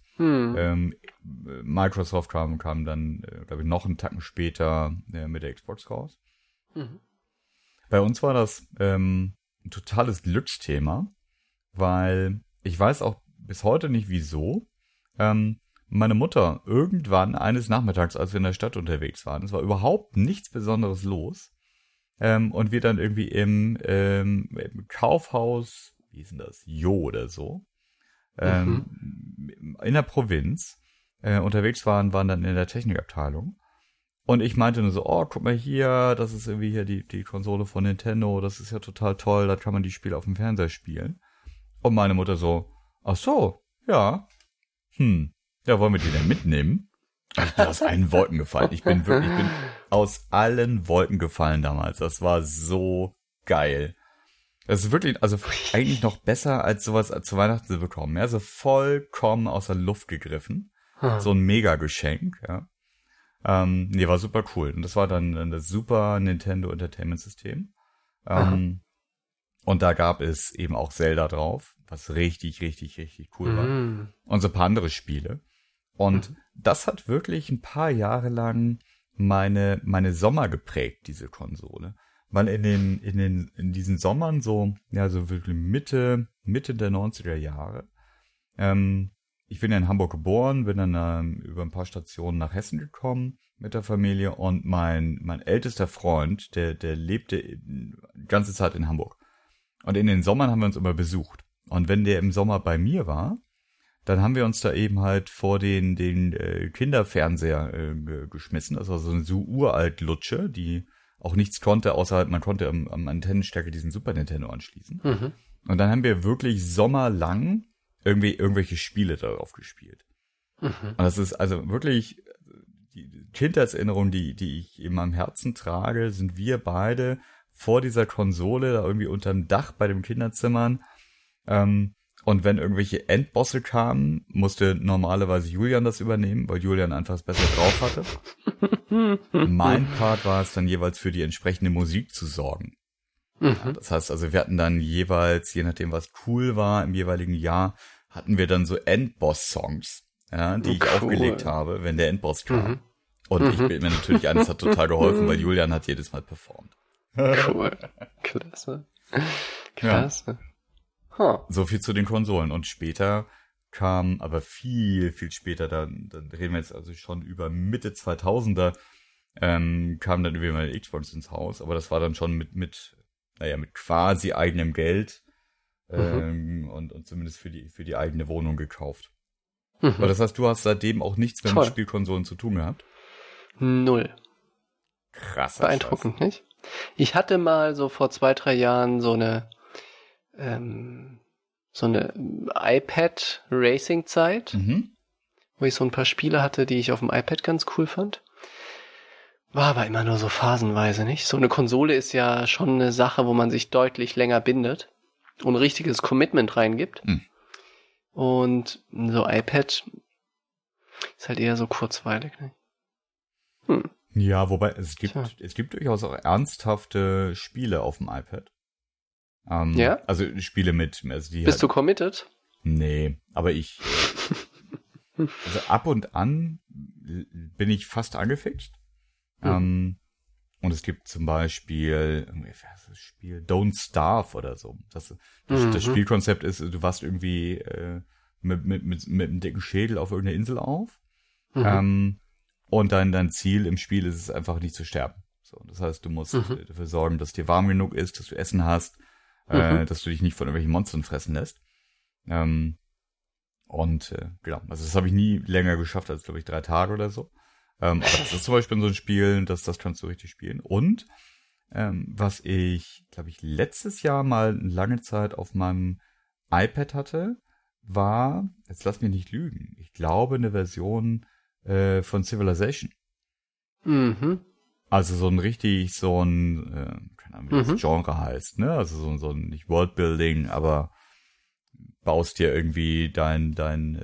Microsoft kam dann, glaube ich, noch einen Tacken später mit der Xbox raus. Bei uns war das ein totales Glücksthema, weil ich weiß auch bis heute nicht wieso. Meine Mutter irgendwann eines Nachmittags, als wir in der Stadt unterwegs waren, es war überhaupt nichts Besonderes los, und wir dann irgendwie im Kaufhaus, wie ist denn das, Jo oder so, in der Provinz unterwegs waren dann in der Technikabteilung. Und ich meinte nur so, oh, guck mal hier, das ist irgendwie hier die Konsole von Nintendo, das ist ja total toll, da kann man die Spiele auf dem Fernseher spielen. Und meine Mutter so, ach so, ja, ja, wollen wir die denn mitnehmen? Ich bin aus allen Wolken gefallen. Ich bin aus allen Wolken gefallen damals. Das war so geil. Das ist wirklich, also eigentlich noch besser als sowas zu Weihnachten zu bekommen. Ja, so vollkommen aus der Luft gegriffen. So ein Mega-Geschenk, ja. Nee, war super cool. Und das war dann das Super Nintendo Entertainment System. Und da gab es eben auch Zelda drauf, was richtig, richtig, richtig cool war. Und so ein paar andere Spiele. Und das hat wirklich ein paar Jahre lang meine Sommer geprägt, diese Konsole. Weil in diesen Sommern so wirklich Mitte der 90er Jahre, ich bin ja in Hamburg geboren, bin dann über ein paar Stationen nach Hessen gekommen mit der Familie und mein ältester Freund, der lebte die ganze Zeit in Hamburg. Und in den Sommern haben wir uns immer besucht. Und wenn der im Sommer bei mir war, dann haben wir uns da eben halt vor den Kinderfernseher geschmissen. Das war so eine so uralt Lutsche, die auch nichts konnte, außer halt man konnte am Antennenstärke diesen Super Nintendo anschließen. Und dann haben wir wirklich sommerlang irgendwelche Spiele darauf gespielt. Und das ist also wirklich die Kindheitserinnerung, die ich in meinem Herzen trage, sind wir beide vor dieser Konsole da irgendwie unterm Dach bei den Kinderzimmern. Und wenn irgendwelche Endbosse kamen, musste normalerweise Julian das übernehmen, weil Julian einfach es besser drauf hatte. Mein Part war es dann jeweils für die entsprechende Musik zu sorgen. Ja, das heißt also, wir hatten dann jeweils, je nachdem was cool war im jeweiligen Jahr, hatten wir dann so Endboss-Songs, ja, die ich aufgelegt habe, wenn der Endboss kam. Und ich bilde mir natürlich ein, es hat total geholfen, weil Julian hat jedes Mal performt. Cool. Klasse. Klasse. Ja. Huh. So viel zu den Konsolen. Und später kam, aber viel, viel später, dann reden wir jetzt also schon über Mitte 2000er, kam dann irgendwie mal Xbox ins Haus, aber das war dann schon mit quasi eigenem Geld und zumindest für die eigene Wohnung gekauft. Aber das heißt, du hast seitdem auch nichts mehr mit Spielkonsolen zu tun gehabt? 0. Krass. Beeindruckend, nicht? Ich hatte mal so vor 2-3 Jahren so eine iPad-Racing-Zeit, wo ich so ein paar Spiele hatte, die ich auf dem iPad ganz cool fand. War aber immer nur so phasenweise, nicht? So eine Konsole ist ja schon eine Sache, wo man sich deutlich länger bindet und ein richtiges Commitment reingibt. Und so iPad ist halt eher so kurzweilig, ne? Ja, wobei es gibt durchaus auch ernsthafte Spiele auf dem iPad. Ja? Also Spiele mit... Also die Bist du committed? Nee, aber also ab und an bin ich fast angefixt. Und es gibt zum Beispiel das Spiel Don't Starve oder so. Das Spielkonzept ist, du wachst irgendwie mit einem dicken Schädel auf irgendeiner Insel auf. Und dein Ziel im Spiel ist es einfach nicht zu sterben. So, das heißt, du musst dafür sorgen, dass dir warm genug ist, dass du Essen hast, dass du dich nicht von irgendwelchen Monstern fressen lässt. Genau, also das habe ich nie länger geschafft als, glaube ich, 3 Tage oder so. Aber das ist zum Beispiel so ein Spiel, das kannst du richtig spielen. Und was ich, glaube ich, letztes Jahr mal lange Zeit auf meinem iPad hatte, war, jetzt lass mich nicht lügen, ich glaube eine Version von Civilization. Also keine Ahnung, wie das Genre heißt, ne? Also so ein, nicht Worldbuilding, aber baust dir irgendwie dein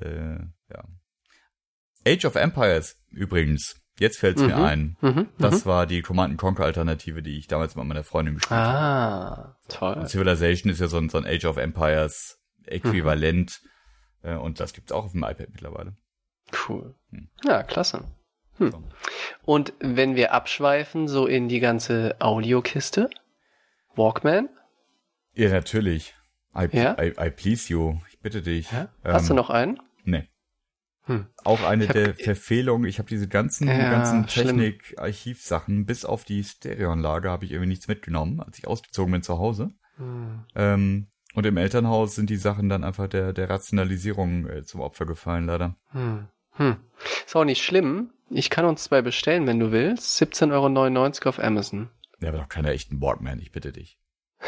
Age of Empires übrigens. Jetzt fällt's mir ein. Das war die Command & Conquer Alternative, die ich damals mit meiner Freundin gespielt habe. Toll. Und Civilization ist ja so ein Age of Empires Äquivalent. Und das gibt's auch auf dem iPad mittlerweile. Cool. Ja, klasse. Und wenn wir abschweifen, so in die ganze Audiokiste? Walkman? Ja, natürlich. I please you. Ich bitte dich. Ja? Hast du noch einen? Nee. Auch eine der Verfehlungen. Ich habe diese ganzen Technik-Archivsachen, bis auf die Stereoanlage habe ich irgendwie nichts mitgenommen, als ich ausgezogen bin zu Hause. Und im Elternhaus sind die Sachen dann einfach der Rationalisierung zum Opfer gefallen, leider. Ist auch nicht schlimm. Ich kann uns 2 bestellen, wenn du willst. 17,99 € auf Amazon. Ja, aber doch keiner echten Walkman, ich bitte dich.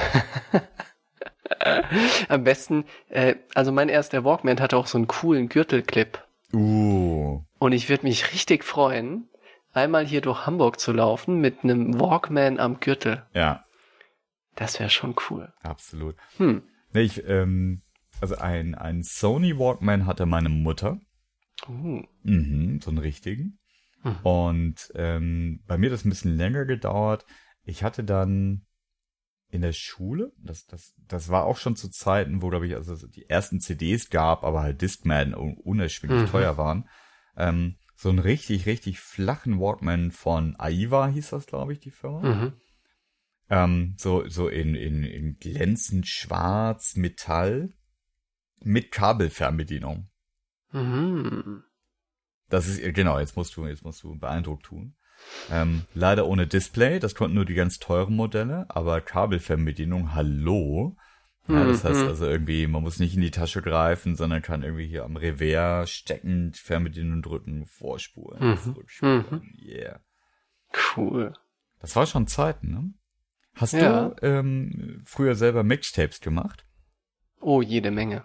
Am besten, also mein erster Walkman hatte auch so einen coolen Gürtelclip. Und ich würde mich richtig freuen, einmal hier durch Hamburg zu laufen mit einem Walkman am Gürtel. Ja. Das wäre schon cool. Absolut. Nee, also ein Sony Walkman hatte meine Mutter. So einen richtigen. Und bei mir hat das ein bisschen länger gedauert. Ich hatte dann in der Schule, das war auch schon zu Zeiten, wo, glaube ich, also die ersten CDs gab, aber halt Discman unerschwinglich teuer waren. So einen richtig, richtig flachen Walkman von Aiwa hieß das, glaube ich, die Firma. So in glänzend schwarz Metall mit Kabelfernbedienung. Das ist, genau, jetzt musst du beeindruckt tun. Leider ohne Display, das konnten nur die ganz teuren Modelle, aber Kabelfernbedienung, hallo. Ja, das heißt also irgendwie, man muss nicht in die Tasche greifen, sondern kann irgendwie hier am Revers steckend Fernbedienung drücken, vorspulen, zurückspulen. Yeah. Cool. Das war schon Zeiten, ne? Hast du früher selber Mixtapes gemacht? Oh, jede Menge.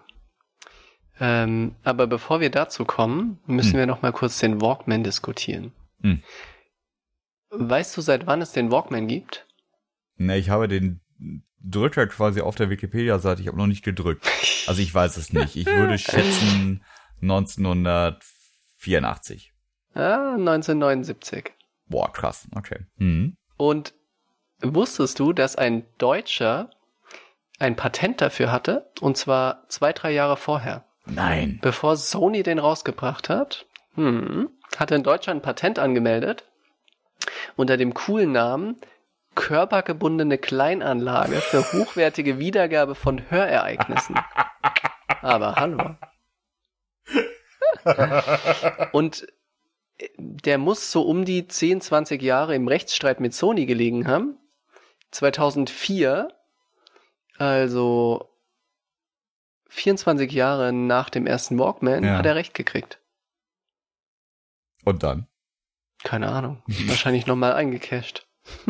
Aber bevor wir dazu kommen, müssen wir noch mal kurz den Walkman diskutieren. Weißt du, seit wann es den Walkman gibt? Ne, ich habe den Drücker quasi auf der Wikipedia-Seite, ich habe noch nicht gedrückt. Also ich weiß es nicht. Ich würde schätzen 1984. Ja, 1979. Boah, krass, okay. Und wusstest du, dass ein Deutscher ein Patent dafür hatte? Und zwar 2-3 Jahre vorher. Nein. Bevor Sony den rausgebracht hat. hatte in Deutschland ein Patent angemeldet unter dem coolen Namen körpergebundene Kleinanlage für hochwertige Wiedergabe von Hörereignissen. Aber hallo. Und der muss so um die 10, 20 Jahre im Rechtsstreit mit Sony gelegen haben. 2004, also 24 Jahre nach dem ersten Walkman, hat er Recht gekriegt. Und dann? Keine Ahnung. Wahrscheinlich nochmal eingecasht.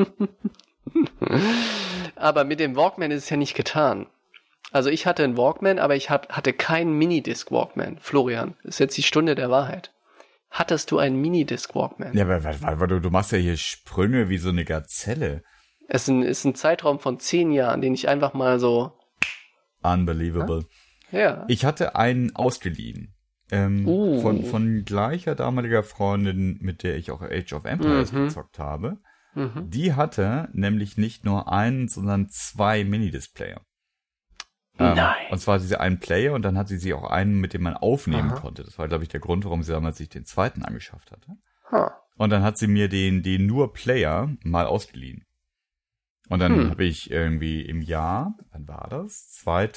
Aber mit dem Walkman ist es ja nicht getan. Also ich hatte einen Walkman, aber ich hatte keinen Minidisc Walkman. Florian, ist jetzt die Stunde der Wahrheit. Hattest du einen Minidisc Walkman? Ja, aber du machst ja hier Sprünge wie so eine Gazelle. Es ist ein Zeitraum von 10 Jahren, den ich einfach mal so... Unbelievable. Ja. Ich hatte einen ausgeliehen. Von gleicher damaliger Freundin, mit der ich auch Age of Empires gezockt habe. Die hatte nämlich nicht nur einen, sondern 2 Minidisc-Player. Nein. Und zwar diese einen Player und dann hatte sie auch einen, mit dem man aufnehmen konnte. Das war, glaube ich, der Grund, warum sie damals sich den zweiten angeschafft hatte. Und dann hat sie mir den nur Player mal ausgeliehen. Und dann habe ich irgendwie im Jahr, wann war das?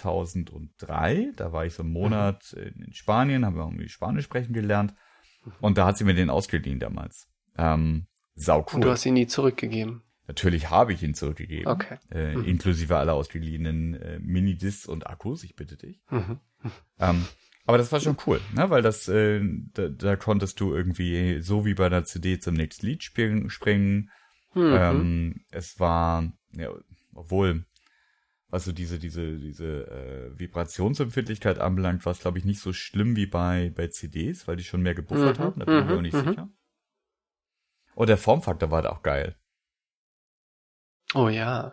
2003, da war ich so einen Monat in Spanien, haben wir irgendwie Spanisch sprechen gelernt. Und da hat sie mir den ausgeliehen damals. Sau cool. Und du hast ihn nie zurückgegeben? Natürlich habe ich ihn zurückgegeben. Okay. Inklusive aller ausgeliehenen Minidiscs und Akkus, ich bitte dich. Aber das war schon cool, ne? Weil das, da konntest du irgendwie so wie bei einer CD zum nächsten Lied springen. Es war, ja, obwohl, was so diese Vibrationsempfindlichkeit anbelangt, war es, glaube ich, nicht so schlimm wie bei CDs, weil die schon mehr gebuffert haben, da bin ich mir auch nicht sicher. Und der Formfaktor war da auch geil. Oh ja.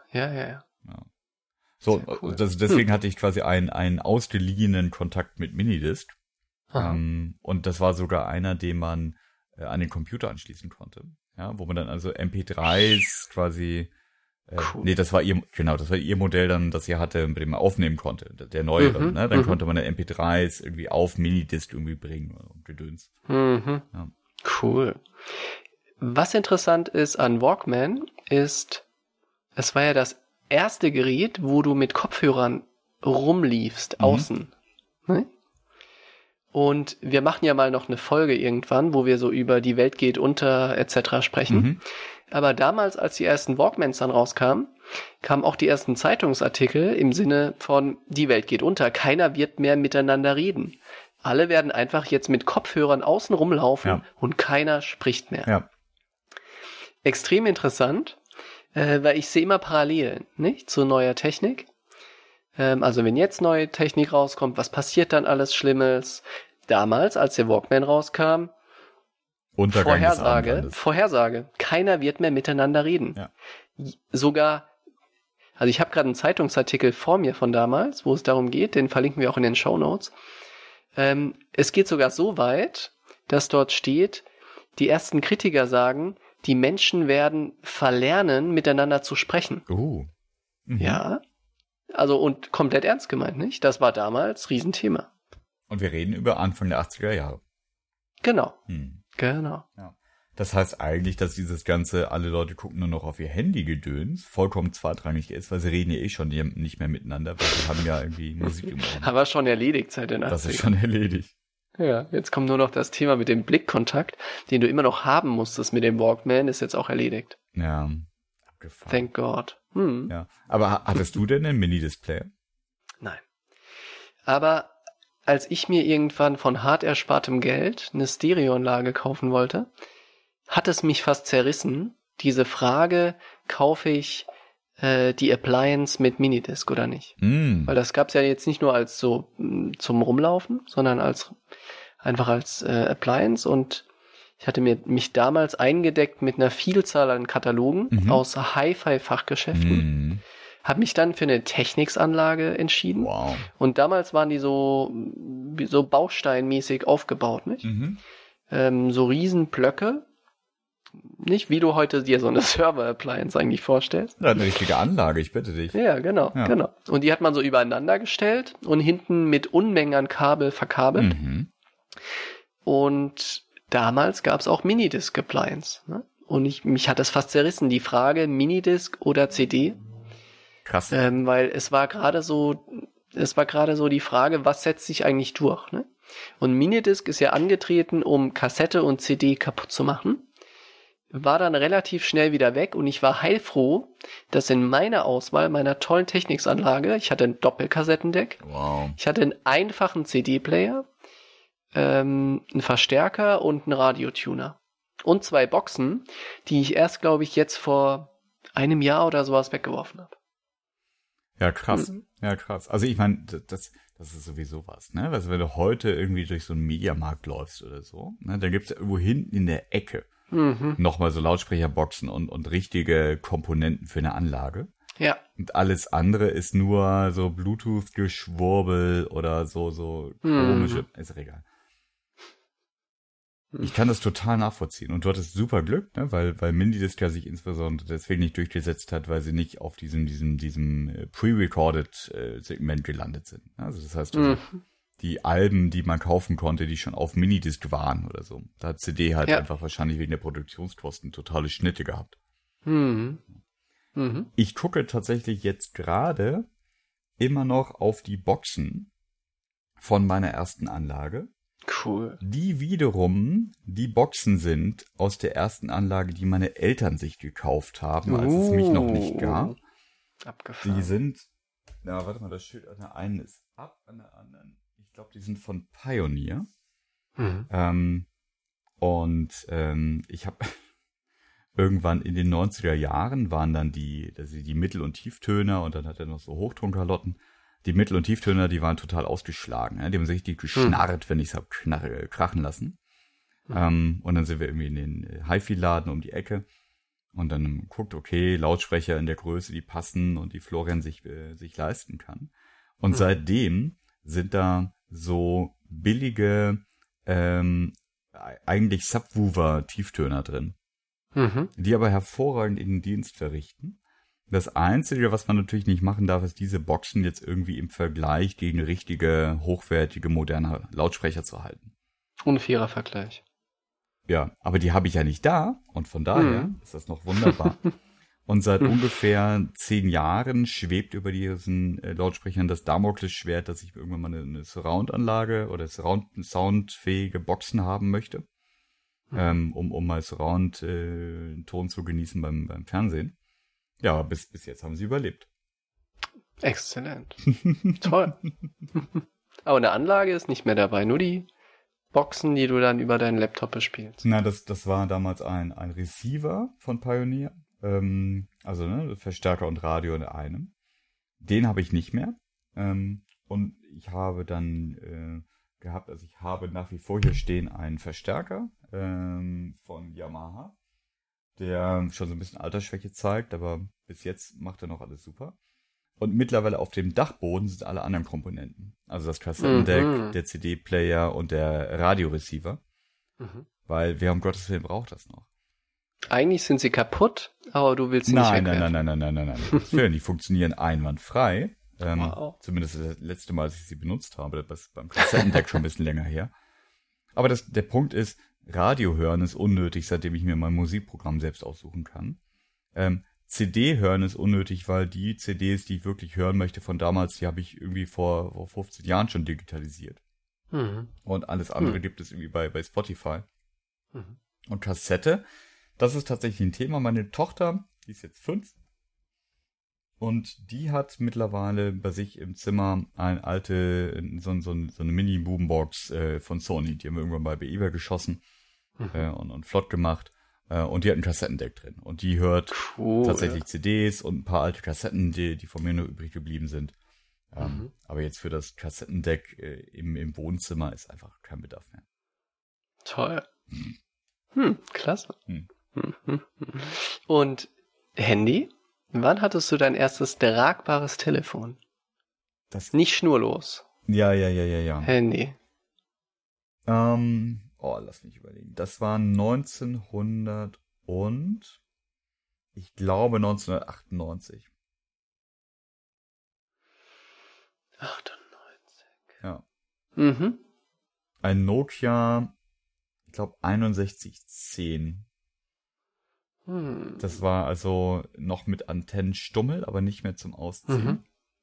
So, cool. Deswegen hatte ich quasi einen ausgeliehenen Kontakt mit Minidisc. Und das war sogar einer, den man an den Computer anschließen konnte. Ja, wo man dann also MP3s quasi, cool. Nee, das war ihr Modell dann, das sie hatte, mit dem man aufnehmen konnte, der neuere, ne? Dann konnte man dann MP3s irgendwie auf Minidisc irgendwie bringen und Gedöns. Ja. Cool. Was interessant ist an Walkman ist, es war ja das erste Gerät, wo du mit Kopfhörern rumliefst, außen. Ne? Und wir machen ja mal noch eine Folge irgendwann, wo wir so über die Welt geht unter etc. sprechen. Aber damals, als die ersten Walkmans dann rauskamen, kamen auch die ersten Zeitungsartikel im Sinne von die Welt geht unter, keiner wird mehr miteinander reden. Alle werden einfach jetzt mit Kopfhörern außen rumlaufen und keiner spricht mehr. Ja. Extrem interessant, weil ich sehe immer Parallelen, nicht, zu neuer Technik. Also wenn jetzt neue Technik rauskommt, was passiert dann alles Schlimmes? Damals, als der Walkman rauskam, Vorhersage, keiner wird mehr miteinander reden. Ja. Sogar, also ich habe gerade einen Zeitungsartikel vor mir von damals, wo es darum geht, den verlinken wir auch in den Shownotes. Es geht sogar so weit, dass dort steht, die ersten Kritiker sagen, die Menschen werden verlernen, miteinander zu sprechen. Ja, also und komplett ernst gemeint, nicht? Das war damals Riesenthema. Und wir reden über Anfang der 80er Jahre. Genau. Genau. Ja. Das heißt eigentlich, dass dieses ganze, alle Leute gucken nur noch auf ihr Handy-Gedöns, vollkommen zweitrangig ist, weil sie reden ja eh schon nicht mehr miteinander, weil sie haben ja irgendwie Musik im Ohr. Aber schon erledigt seit den 80ern. Das ist schon erledigt. Ja, jetzt kommt nur noch das Thema mit dem Blickkontakt, den du immer noch haben musstest mit dem Walkman, ist jetzt auch erledigt. Ja, abgefahren. Thank God. Ja, aber hattest du denn einen Mini-Display? Nein. Aber als ich mir irgendwann von hart erspartem Geld eine Stereoanlage kaufen wollte, hat es mich fast zerrissen, diese Frage, kaufe ich die Appliance mit Minidisc oder nicht? Weil das gab's ja jetzt nicht nur als so zum Rumlaufen, sondern einfach als Appliance, und ich hatte mich damals eingedeckt mit einer Vielzahl an Katalogen aus Hi-Fi-Fachgeschäften. Habe mich dann für eine Technics-Anlage entschieden. Wow. Und damals waren die so bausteinmäßig aufgebaut, nicht? So Riesenblöcke. Nicht, wie du heute dir so eine Server-Appliance eigentlich vorstellst. Ja, eine richtige Anlage, ich bitte dich. Ja, genau. Und die hat man so übereinander gestellt und hinten mit Unmengen an Kabel verkabelt. Und damals gab es auch Minidisc-Appliance. Ne? Und mich hat das fast zerrissen, die Frage Minidisc oder CD. Krass. Weil es war gerade so die Frage, was setzt sich eigentlich durch? Ne? Und Minidisc ist ja angetreten, um Kassette und CD kaputt zu machen. War dann relativ schnell wieder weg und ich war heilfroh, dass in meiner Auswahl, meiner tollen Technics-Anlage, ich hatte ein Doppelkassettendeck, Wow. ich hatte einen einfachen CD-Player, einen Verstärker und einen Radiotuner. Und 2 Boxen, die ich erst, glaube ich, jetzt vor einem Jahr oder sowas weggeworfen habe. Ja, krass. Ja, krass. Also ich meine, das ist sowieso was, ne? Also wenn du heute irgendwie durch so einen Mediamarkt läufst oder so, ne, da gibt's ja irgendwo hinten in der Ecke nochmal so Lautsprecherboxen und richtige Komponenten für eine Anlage. Ja. Und alles andere ist nur so Bluetooth-Geschwurbel oder so komische, ist egal. Ich kann das total nachvollziehen. Und du hattest super Glück, ne? weil Minidisc ja sich insbesondere deswegen nicht durchgesetzt hat, weil sie nicht auf diesem pre-recorded Segment gelandet sind. Also das heißt, die Alben, die man kaufen konnte, die schon auf Minidisc waren oder so. Da hat CD halt einfach wahrscheinlich wegen der Produktionskosten totale Schnitte gehabt. Ich gucke tatsächlich jetzt gerade immer noch auf die Boxen von meiner ersten Anlage. Cool. Die wiederum die Boxen sind aus der ersten Anlage, die meine Eltern sich gekauft haben, als es mich noch nicht gab. Abgefahren. Die sind, warte mal, das Schild an der einen ist ab, an der anderen. Ich glaube, die sind von Pioneer. Ich habe irgendwann in den 90er Jahren waren dann die Mittel- und Tieftöner und dann hat er noch so Hochtonkalotten. Die Mittel- und Tieftöner, die waren total ausgeschlagen. Ne? Die haben sich richtig geschnarrt, wenn ich es hab krachen lassen. Und dann sind wir irgendwie in den Hi-Fi-Laden um die Ecke und dann guckt, okay, Lautsprecher in der Größe, die passen und die Florian sich leisten kann. Und seitdem sind da so billige, eigentlich Subwoofer-Tieftöner drin, die aber hervorragend in den Dienst verrichten. Das Einzige, was man natürlich nicht machen darf, ist diese Boxen jetzt irgendwie im Vergleich gegen richtige, hochwertige, moderne Lautsprecher zu halten. Unfairer Vergleich. Ja, aber die habe ich ja nicht da und von daher ist das noch wunderbar. Und seit ungefähr 10 Jahren schwebt über diesen Lautsprechern das Damoklesschwert, dass ich irgendwann mal eine Surround-Anlage oder soundfähige Boxen haben möchte, um mal Surround-Ton zu genießen beim Fernsehen. Ja, bis jetzt haben sie überlebt. Exzellent. Toll. Aber eine Anlage ist nicht mehr dabei, nur die Boxen, die du dann über deinen Laptop bespielst. Na, das war damals ein Receiver von Pioneer. Verstärker und Radio in einem. Den habe ich nicht mehr. Und ich habe dann gehabt, also ich habe nach wie vor hier stehen einen Verstärker von Yamaha, der schon so ein bisschen Altersschwäche zeigt, aber bis jetzt macht er noch alles super. Und mittlerweile auf dem Dachboden sind alle anderen Komponenten. Also das Kassettendeck, der CD-Player und der Radioreceiver. Weil wer um Gottes Willen braucht das noch? Eigentlich sind sie kaputt, aber du willst sie nicht wegwerfen. Nein. Die funktionieren einwandfrei. Wow. Zumindest das letzte Mal, als ich sie benutzt habe. Das ist beim Kassettendeck schon ein bisschen länger her. Aber der Punkt ist, Radio hören ist unnötig, seitdem ich mir mein Musikprogramm selbst aussuchen kann. CD hören ist unnötig, weil die CDs, die ich wirklich hören möchte von damals, die habe ich irgendwie vor 15 Jahren schon digitalisiert. Und alles andere gibt es irgendwie bei Spotify. Und Kassette, das ist tatsächlich ein Thema. Meine Tochter, die ist jetzt 5. Und die hat mittlerweile bei sich im Zimmer eine eine Mini-Boombox von Sony. Die haben wir irgendwann mal bei eBay geschossen und flott gemacht. Und die hat ein Kassettendeck drin. Und die hört tatsächlich CDs und ein paar alte Kassetten, die von mir nur übrig geblieben sind. Aber jetzt für das Kassettendeck im Wohnzimmer ist einfach kein Bedarf mehr. Toll. Klasse. Und Handy? Wann hattest du dein erstes tragbares Telefon? Das nicht schnurlos. Ja. Handy. Lass mich überlegen. Das war 1998. 98. Ja. Mhm. Ein Nokia, ich glaube 6110. Das war also noch mit Antennenstummel, aber nicht mehr zum Ausziehen.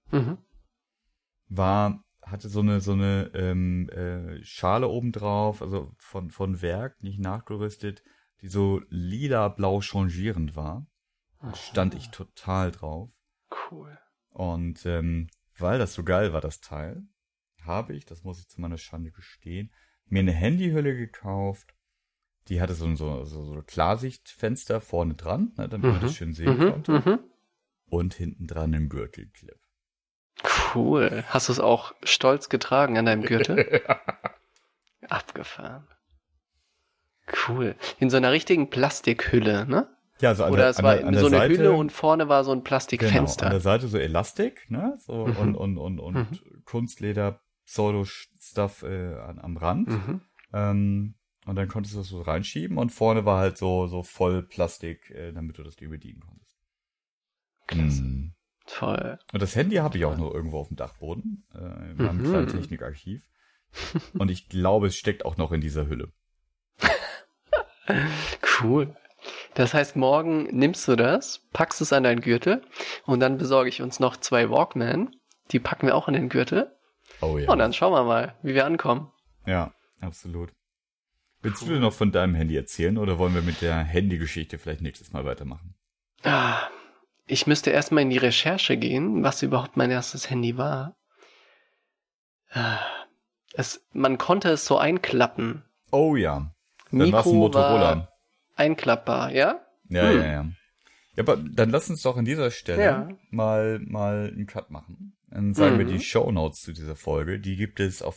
Hatte so eine Schale oben drauf, also von Werk, nicht nachgerüstet, die so lila-blau changierend war. Da stand ich total drauf. Cool. Und weil das so geil war, das Teil, habe ich, das muss ich zu meiner Schande gestehen, mir eine Handyhülle gekauft. Die hatte so Klarsichtfenster vorne dran, ne, damit man das schön sehen konnte. Und hinten dran einen Gürtelclip. Cool. Hast du es auch stolz getragen an deinem Gürtel? Abgefahren. Cool. In so einer richtigen Plastikhülle, ne? Ja, also Oder es war so eine Seite, Hülle und vorne war so ein Plastikfenster. Genau, an der Seite so Elastik, ne? So und Kunstleder, Pseudo-Stuff am Rand. Und dann konntest du das so reinschieben und vorne war halt so voll Plastik, damit du das dir bedienen konntest. Klasse. Toll. Und das Handy habe ich auch noch irgendwo auf dem Dachboden, in meinem kleinen Technikarchiv. Und ich glaube, es steckt auch noch in dieser Hülle. Cool. Das heißt, morgen nimmst du das, packst es an deinen Gürtel und dann besorge ich uns noch 2 Walkman. Die packen wir auch in den Gürtel. Oh ja. Und dann schauen wir mal, wie wir ankommen. Ja, absolut. Willst du denn noch von deinem Handy erzählen oder wollen wir mit der Handygeschichte vielleicht nächstes Mal weitermachen? Ich müsste erstmal in die Recherche gehen, was überhaupt mein erstes Handy war. Man konnte es so einklappen. Oh ja. Dann war es ein Motorola. War einklappbar, ja? Ja. Ja, aber dann lass uns doch an dieser Stelle mal einen Cut machen. Dann sagen wir die Shownotes zu dieser Folge. Die gibt es auf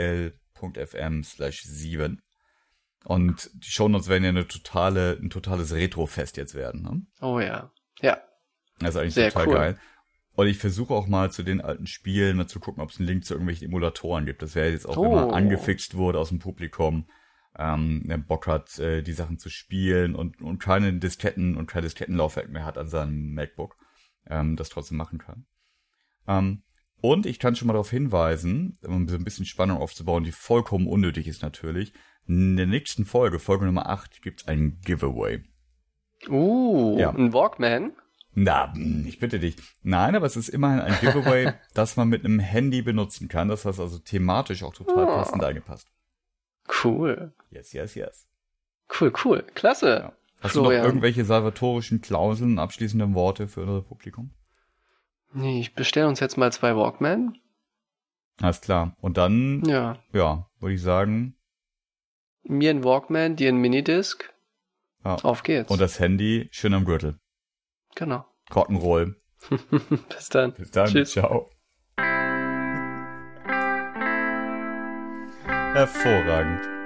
tsl.fm/7. Und die Shownotes werden ja ein totales Retro-Fest jetzt werden. Ne? Oh ja. Ja. Das ist eigentlich sehr total cool. geil. Und ich versuche auch mal zu den alten Spielen mal zu gucken, ob es einen Link zu irgendwelchen Emulatoren gibt. Das wäre jetzt auch, wenn man angefixt wurde aus dem Publikum, der Bock hat, die Sachen zu spielen und keine Disketten und kein Diskettenlaufwerk mehr hat an seinem MacBook, das trotzdem machen kann. Und ich kann schon mal darauf hinweisen, um so ein bisschen Spannung aufzubauen, die vollkommen unnötig ist natürlich. In der nächsten Folge Nummer 8, gibt's ein Giveaway. Ein Walkman? Na, ich bitte dich. Nein, aber es ist immerhin ein Giveaway, das man mit einem Handy benutzen kann. Das heißt also thematisch auch total passend eingepasst. Cool. Yes. Cool. Klasse. Ja. Hast du noch irgendwelche salvatorischen Klauseln, abschließende Worte für unser Publikum? Nee, ich bestelle uns jetzt mal 2 Walkman. Alles klar. Und dann, würde ich sagen... Mir ein Walkman, dir ein Minidisc. Ja. Auf geht's. Und das Handy schön am Gürtel. Genau. Rock'n'Roll. Bis dann. Tschüss. Ciao. Hervorragend.